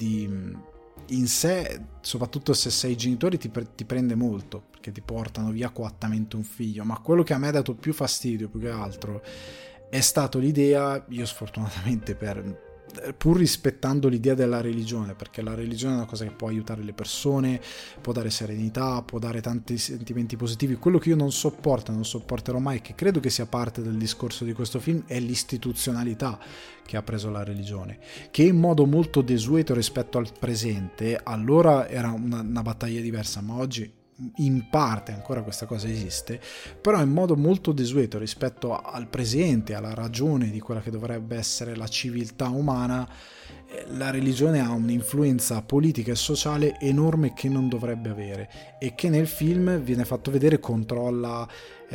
in sé, soprattutto se sei genitori, ti prende molto, perché ti portano via coattamente un figlio, ma quello che a me ha dato più fastidio, più che altro, è stato l'idea, io sfortunatamente pur rispettando l'idea della religione, perché la religione è una cosa che può aiutare le persone, può dare serenità, può dare tanti sentimenti positivi. Quello che io non sopporto, non sopporterò mai, che credo che sia parte del discorso di questo film, è l'istituzionalità che ha preso la religione, che in modo molto desueto rispetto al presente, allora era una battaglia diversa, ma oggi in parte ancora questa cosa esiste, però in modo molto desueto rispetto al presente, alla ragione di quella che dovrebbe essere la civiltà umana. La religione ha un'influenza politica e sociale enorme che non dovrebbe avere, e che nel film viene fatto vedere controlla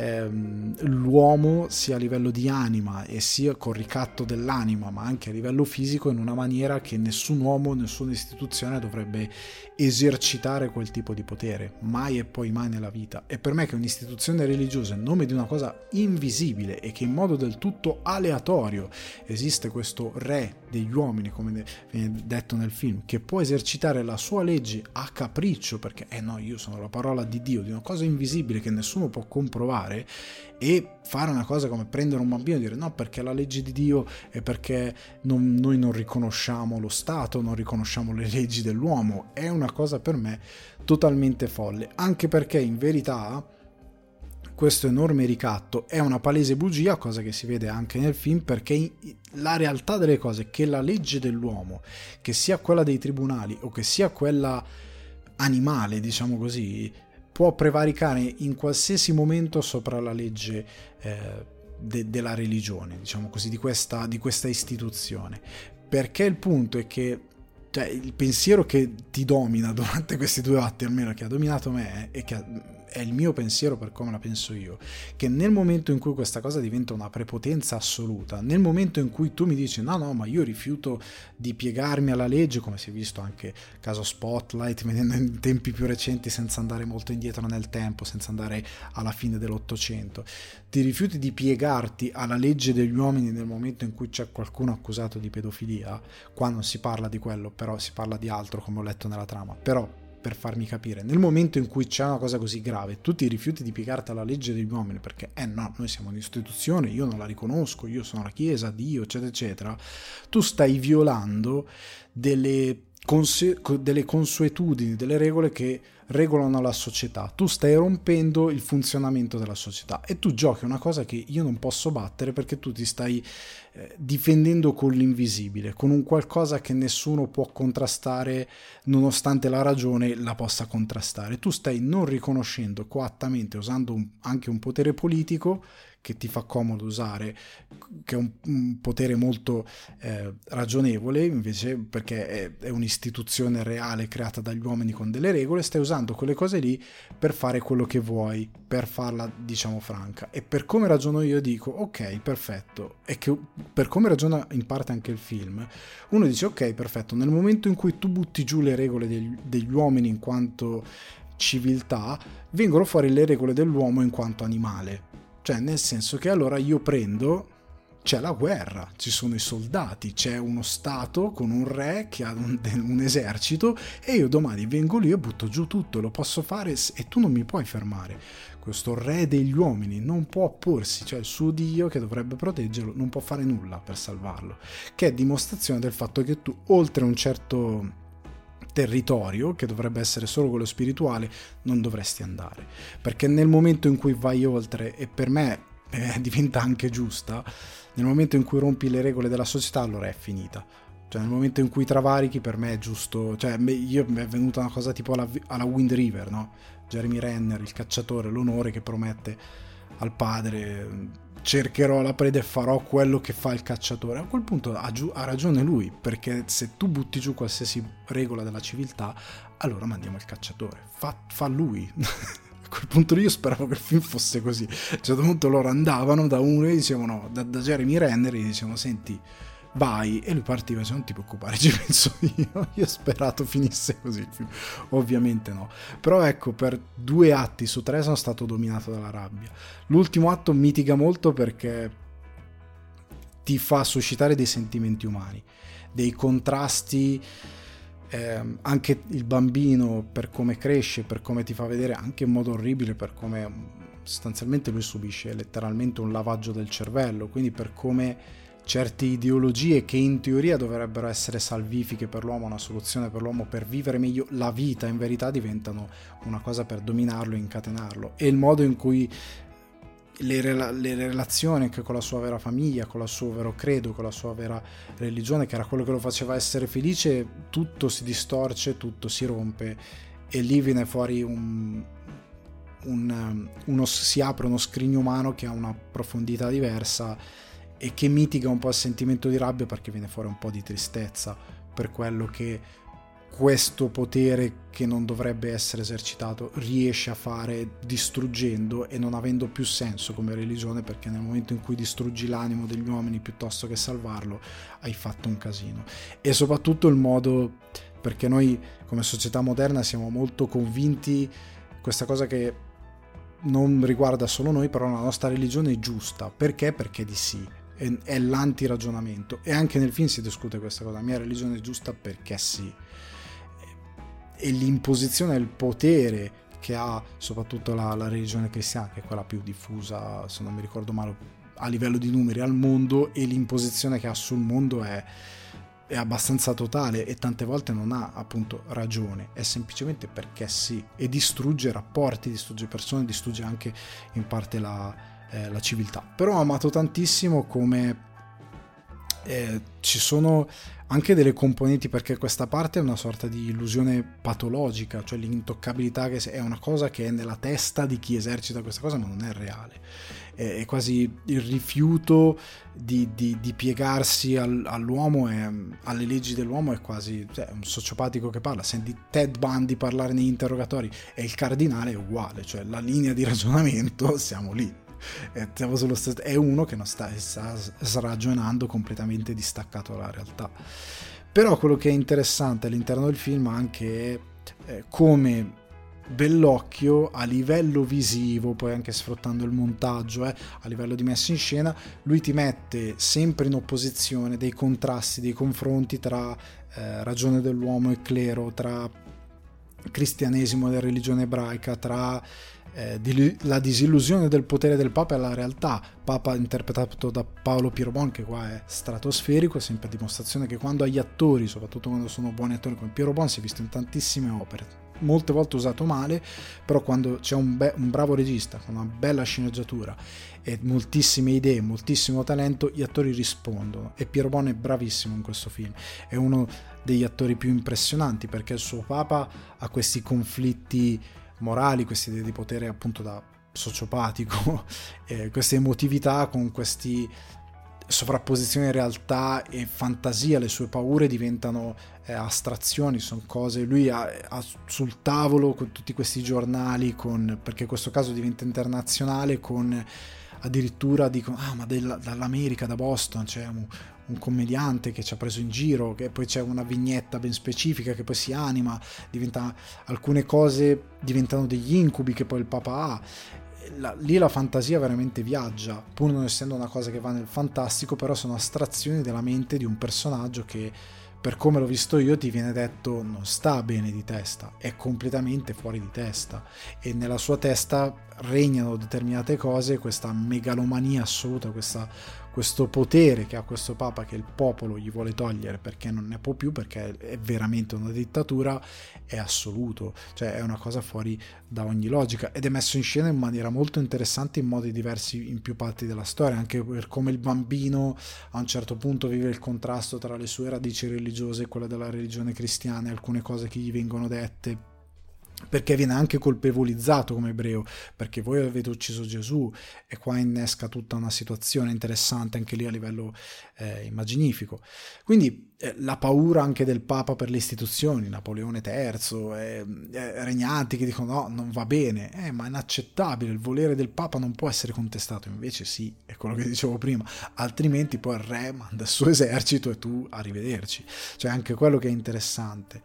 l'uomo sia a livello di anima e sia col ricatto dell'anima, ma anche a livello fisico, in una maniera che nessun uomo, nessuna istituzione dovrebbe esercitare quel tipo di potere, mai e poi mai nella vita. E per me che un'istituzione religiosa, in nome di una cosa invisibile e che in modo del tutto aleatorio esiste questo re degli uomini, come viene detto nel film, che può esercitare la sua legge a capriccio, perché no, io sono la parola di Dio, di una cosa invisibile che nessuno può comprovare, e fare una cosa come prendere un bambino e dire no, perché la legge di Dio è perché noi non riconosciamo lo Stato, non riconosciamo le leggi dell'uomo, è una cosa per me totalmente folle, anche perché in verità questo enorme ricatto è una palese bugia, cosa che si vede anche nel film, perché la realtà delle cose è che la legge dell'uomo, che sia quella dei tribunali o che sia quella animale, diciamo così, può prevaricare in qualsiasi momento sopra la legge della religione, diciamo così, di questa istituzione, perché il punto è che, cioè, il pensiero che ti domina durante questi 2 atti, almeno che ha dominato me, e che è il mio pensiero per come la penso io, che nel momento in cui questa cosa diventa una prepotenza assoluta, nel momento in cui tu mi dici no, ma io rifiuto di piegarmi alla legge, come si è visto anche caso Spotlight, vedendo in tempi più recenti, senza andare molto indietro nel tempo, senza andare alla fine dell'Ottocento, ti rifiuti di piegarti alla legge degli uomini nel momento in cui c'è qualcuno accusato di pedofilia, qua non si parla di quello, però si parla di altro, come ho letto nella trama, però per farmi capire, nel momento in cui c'è una cosa così grave, tu ti rifiuti di piegarti alla legge degli uomini perché no, noi siamo un'istituzione, io non la riconosco, io sono la Chiesa, Dio, eccetera eccetera, tu stai violando delle consuetudini, delle regole che regolano la società, tu stai rompendo il funzionamento della società e tu giochi una cosa che io non posso battere perché tu ti stai difendendo con l'invisibile, con un qualcosa che nessuno può contrastare nonostante la ragione la possa contrastare. Tu stai non riconoscendo coattamente, usando anche un potere politico che ti fa comodo usare, che è un potere molto ragionevole, invece perché è un'istituzione reale creata dagli uomini con delle regole, stai usando quelle cose lì per fare quello che vuoi, per farla, diciamo, franca. E per come ragiono io dico, ok, perfetto, e che per come ragiona in parte anche il film, uno dice, ok, perfetto, nel momento in cui tu butti giù le regole degli uomini in quanto civiltà, vengono fuori le regole dell'uomo in quanto animale. Cioè, nel senso che allora io prendo, c'è la guerra, ci sono i soldati, c'è uno stato con un re che ha un esercito e io domani vengo lì e butto giù tutto, lo posso fare e tu non mi puoi fermare. Questo re degli uomini non può opporsi, cioè il suo dio che dovrebbe proteggerlo non può fare nulla per salvarlo, che è dimostrazione del fatto che tu, oltre un certo territorio che dovrebbe essere solo quello spirituale, non dovresti andare, perché nel momento in cui vai oltre, e per me diventa anche giusta, nel momento in cui rompi le regole della società, allora è finita. Cioè nel momento in cui travarichi, per me è giusto, cioè mi è venuta una cosa tipo alla Wind River, no? Jeremy Renner, il cacciatore, l'onore che promette al padre: cercherò la preda e farò quello che fa il cacciatore. A quel punto ha ragione lui, perché se tu butti giù qualsiasi regola della civiltà, allora mandiamo il cacciatore, fa lui. A quel punto lì io speravo che il film fosse così. A un certo punto loro andavano da uno e dicevano, da Jeremy Renner, gli dicevano, senti, vai, e lui partiva e diceva, non ti preoccupare, ci penso io ho sperato finisse così il film, ovviamente no, però ecco, per 2 atti su 3 sono stato dominato dalla rabbia. L'ultimo atto mitiga molto perché ti fa suscitare dei sentimenti umani, dei contrasti, anche il bambino, per come cresce, per come ti fa vedere anche in modo orribile, per come sostanzialmente lui subisce letteralmente un lavaggio del cervello, quindi per come certe ideologie che in teoria dovrebbero essere salvifiche per l'uomo, una soluzione per l'uomo per vivere meglio la vita, in verità diventano una cosa per dominarlo e incatenarlo. E il modo in cui le relazioni anche con la sua vera famiglia, con il suo vero credo, con la sua vera religione, che era quello che lo faceva essere felice, tutto si distorce, tutto si rompe e lì viene fuori si apre uno scrigno umano che ha una profondità diversa e che mitiga un po' il sentimento di rabbia, perché viene fuori un po' di tristezza per quello che questo potere che non dovrebbe essere esercitato riesce a fare distruggendo e non avendo più senso come religione, perché nel momento in cui distruggi l'animo degli uomini piuttosto che salvarlo hai fatto un casino. E soprattutto il modo, perché noi come società moderna siamo molto convinti questa cosa che non riguarda solo noi, però la nostra religione è giusta. Perché? Perché di sì, è l'antiragionamento, e anche nel film si discute questa cosa, la mia religione è giusta perché sì, e l'imposizione del potere che ha soprattutto la religione cristiana, che è quella più diffusa, se non mi ricordo male, a livello di numeri al mondo, e l'imposizione che ha sul mondo è abbastanza totale e tante volte non ha appunto ragione, è semplicemente perché sì, e distrugge rapporti, distrugge persone, distrugge anche in parte la civiltà. Però ho amato tantissimo come ci sono anche delle componenti, perché questa parte è una sorta di illusione patologica, cioè l'intoccabilità, che è una cosa che è nella testa di chi esercita questa cosa ma non è reale, è quasi il rifiuto di piegarsi all'uomo e alle leggi dell'uomo, è quasi, cioè, un sociopatico che parla. Senti Ted Bundy parlare negli interrogatori e il cardinale è uguale, cioè la linea di ragionamento siamo lì, siamo sullo stesso, è uno che non sta ragionando completamente distaccato dalla realtà. Però quello che è interessante all'interno del film anche è come Bellocchio a livello visivo, poi anche sfruttando il montaggio, a livello di messa in scena, lui ti mette sempre in opposizione dei contrasti, dei confronti tra ragione dell'uomo e clero, tra cristianesimo e religione ebraica, tra la disillusione del potere del Papa e la realtà. Papa interpretato da Paolo Pierobon, che qua è stratosferico, è sempre dimostrazione che quando agli attori, soprattutto quando sono buoni attori come Pierobon, si è visto in tantissime opere, molte volte usato male, però quando c'è un bravo regista con una bella sceneggiatura e moltissime idee, moltissimo talento, gli attori rispondono, e Piero Bono è bravissimo in questo film, è uno degli attori più impressionanti, perché il suo papa ha questi conflitti morali, queste idee di potere appunto da sociopatico, queste emotività con questi sovrapposizione realtà e fantasia, le sue paure diventano astrazioni, sono cose, lui ha sul tavolo con tutti questi giornali, perché in questo caso diventa internazionale, con addirittura dicono ma dall'America, da Boston c'è un commediante che ci ha preso in giro, che poi c'è una vignetta ben specifica che poi si anima, alcune cose diventano degli incubi che poi il Papa ha. Lì la fantasia veramente viaggia, pur non essendo una cosa che va nel fantastico, però sono astrazioni della mente di un personaggio che, per come l'ho visto io, ti viene detto non sta bene di testa, è completamente fuori di testa, e nella sua testa regnano determinate cose, questa megalomania assoluta, questo potere che ha questo Papa, che il popolo gli vuole togliere perché non ne può più, perché è veramente una dittatura, è assoluto, cioè è una cosa fuori da ogni logica, ed è messo in scena in maniera molto interessante, in modi diversi in più parti della storia, anche per come il bambino a un certo punto vive il contrasto tra le sue radici religiose e quella della religione cristiana, e alcune cose che gli vengono dette, perché viene anche colpevolizzato come ebreo, perché voi avete ucciso Gesù, e qua innesca tutta una situazione interessante anche lì a livello immaginifico. Quindi la paura anche del Papa per le istituzioni, Napoleone III, regnanti che dicono no, non va bene, ma è inaccettabile, il volere del Papa non può essere contestato, invece sì, è quello che dicevo prima, altrimenti poi il re manda il suo esercito e tu arrivederci, cioè anche quello che è interessante.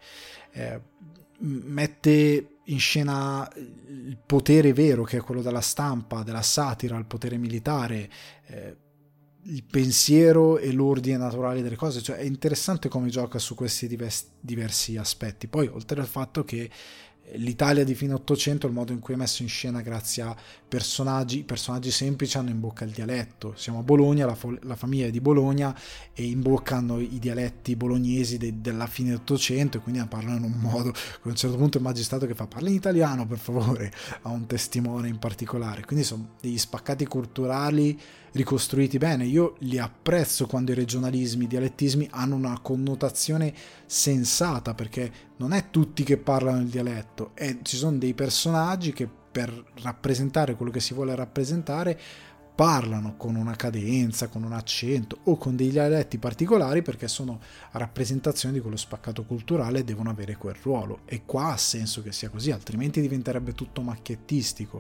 Mette in scena il potere vero, che è quello della stampa, della satira, il potere militare, il pensiero e l'ordine naturale delle cose, cioè è interessante come gioca su questi diversi aspetti. Poi, oltre al fatto che l'Italia di fine Ottocento, il modo in cui è messo in scena grazie a personaggi semplici, hanno in bocca il dialetto. Siamo a Bologna, la famiglia è di Bologna, e in bocca hanno i dialetti bolognesi della fine Ottocento, e quindi parlano in un modo che a un certo punto il magistrato che fa parla in italiano per favore a un testimone in particolare, quindi sono degli spaccati culturali ricostruiti bene. Io li apprezzo quando i regionalismi, i dialettismi hanno una connotazione sensata, perché non è tutti che parlano il dialetto, e ci sono dei personaggi che per rappresentare quello che si vuole rappresentare parlano con una cadenza, con un accento o con dei dialetti particolari, perché sono rappresentazioni di quello spaccato culturale e devono avere quel ruolo, e qua ha senso che sia così, altrimenti diventerebbe tutto macchiettistico.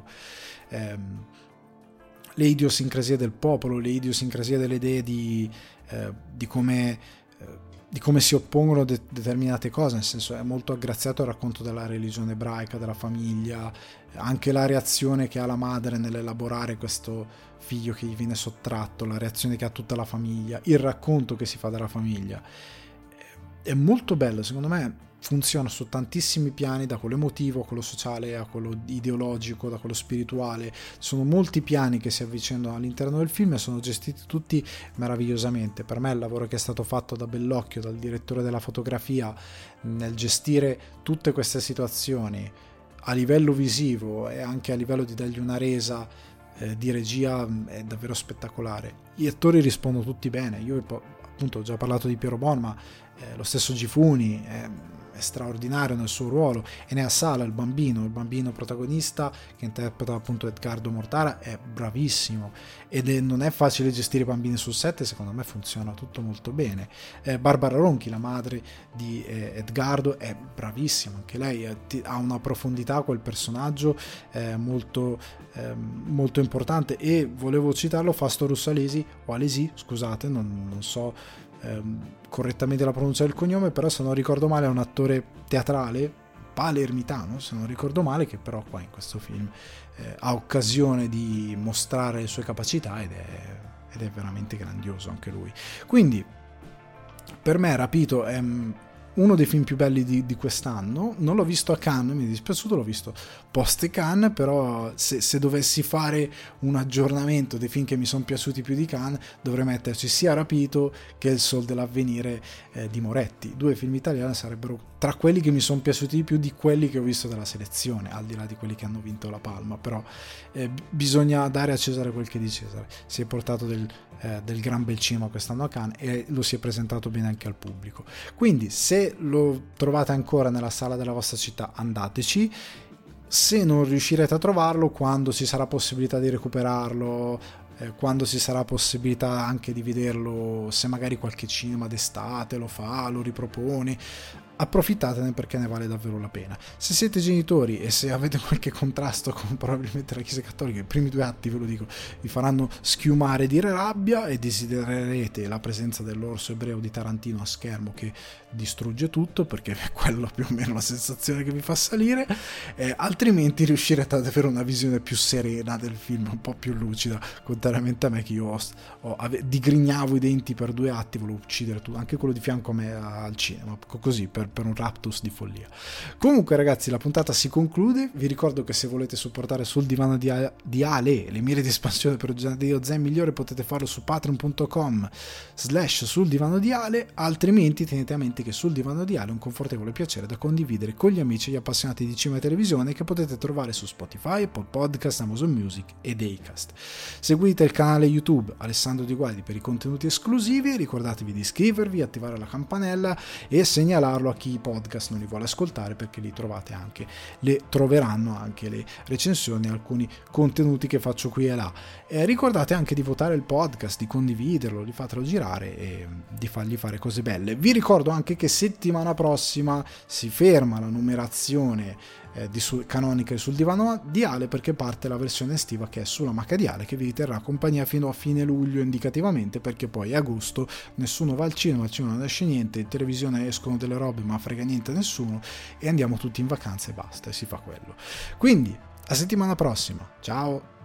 Le idiosincrasie del popolo, le idiosincrasie delle idee di come si oppongono determinate cose, nel senso è molto aggraziato il racconto della religione ebraica, della famiglia, anche la reazione che ha la madre nell'elaborare questo figlio che gli viene sottratto, la reazione che ha tutta la famiglia, il racconto che si fa della famiglia, è molto bello, secondo me funziona su tantissimi piani, da quello emotivo a quello sociale, a quello ideologico, da quello spirituale. Sono molti piani che si avvicinano all'interno del film e sono gestiti tutti meravigliosamente. Per me il lavoro che è stato fatto da Bellocchio, dal direttore della fotografia, nel gestire tutte queste situazioni a livello visivo e anche a livello di dargli una resa di regia, è davvero spettacolare. Gli attori rispondono tutti bene. Io appunto ho già parlato di Piero Bono, ma lo stesso Gifuni è straordinario nel suo ruolo, e Enea Sala, il bambino protagonista che interpreta appunto Edgardo Mortara, è bravissimo, ed non è facile gestire i bambini sul set, e secondo me funziona tutto molto bene. Barbara Ronchi, la madre di Edgardo, è bravissima, anche lei ha una profondità, quel personaggio molto importante. E volevo citarlo, Fasto Russalesi, o Alesi, scusate, non so correttamente la pronuncia del cognome, però se non ricordo male è un attore teatrale palermitano, se non ricordo male, che però qua in questo film ha occasione di mostrare le sue capacità, ed è veramente grandioso anche lui. Quindi per me Rapito è uno dei film più belli di quest'anno. Non l'ho visto a Cannes, mi è dispiaciuto, l'ho visto post Cannes, però se dovessi fare un aggiornamento dei film che mi sono piaciuti più di Cannes, dovrei metterci sia Rapito che Il Sol dell'Avvenire di Moretti. 2 film italiani sarebbero tra quelli che mi sono piaciuti di più di quelli che ho visto della selezione, al di là di quelli che hanno vinto la Palma. Però bisogna dare a Cesare quel che è di Cesare. Si è portato del gran bel cinema quest'anno a Cannes e lo si è presentato bene anche al pubblico. Quindi se lo trovate ancora nella sala della vostra città, andateci. Se non riuscirete a trovarlo, quando ci sarà possibilità di recuperarlo, quando ci sarà possibilità anche di vederlo, se magari qualche cinema d'estate lo fa, lo ripropone, approfittatene perché ne vale davvero la pena. Se siete genitori e se avete qualche contrasto con probabilmente la Chiesa Cattolica, i primi 2 atti, ve lo dico, vi faranno schiumare di rabbia e desidererete la presenza dell'orso ebreo di Tarantino a schermo che distrugge tutto, perché è quella più o meno la sensazione che vi fa salire, altrimenti riuscirete ad avere una visione più serena del film, un po' più lucida, contrariamente a me che io digrignavo i denti per 2 atti, volevo uccidere tutto, anche quello di fianco a me al cinema, così per un raptus di follia. Comunque ragazzi, la puntata si conclude. Vi ricordo che se volete supportare Sul Divano di Ale le mire di espansione per Dio Zen migliore, potete farlo su patreon.com/Sul Divano di Ale. Altrimenti tenete a mente che Sul Divano di Ale è un confortevole piacere da condividere con gli amici e gli appassionati di cinema e televisione, che potete trovare su Spotify, Apple Podcast, Amazon Music e Acast. Seguite il canale YouTube Alessandro Di Gualdi per i contenuti esclusivi. Ricordatevi di iscrivervi, attivare la campanella e segnalarlo a chi i podcast non li vuole ascoltare, perché lì troveranno anche le recensioni e alcuni contenuti che faccio qui e là. Ricordate anche di votare il podcast, di condividerlo, di fatelo girare e di fargli fare cose belle. Vi ricordo anche che settimana prossima si ferma la numerazione canonica Sul Divano di Ale, perché parte la versione estiva che è sulla Maca di Ale, che vi terrà compagnia fino a fine luglio indicativamente, perché poi è agosto, nessuno va al cinema, al cinema non esce niente, in televisione escono delle robe ma frega niente a nessuno e andiamo tutti in vacanza e basta, e si fa quello. Quindi a settimana prossima, ciao!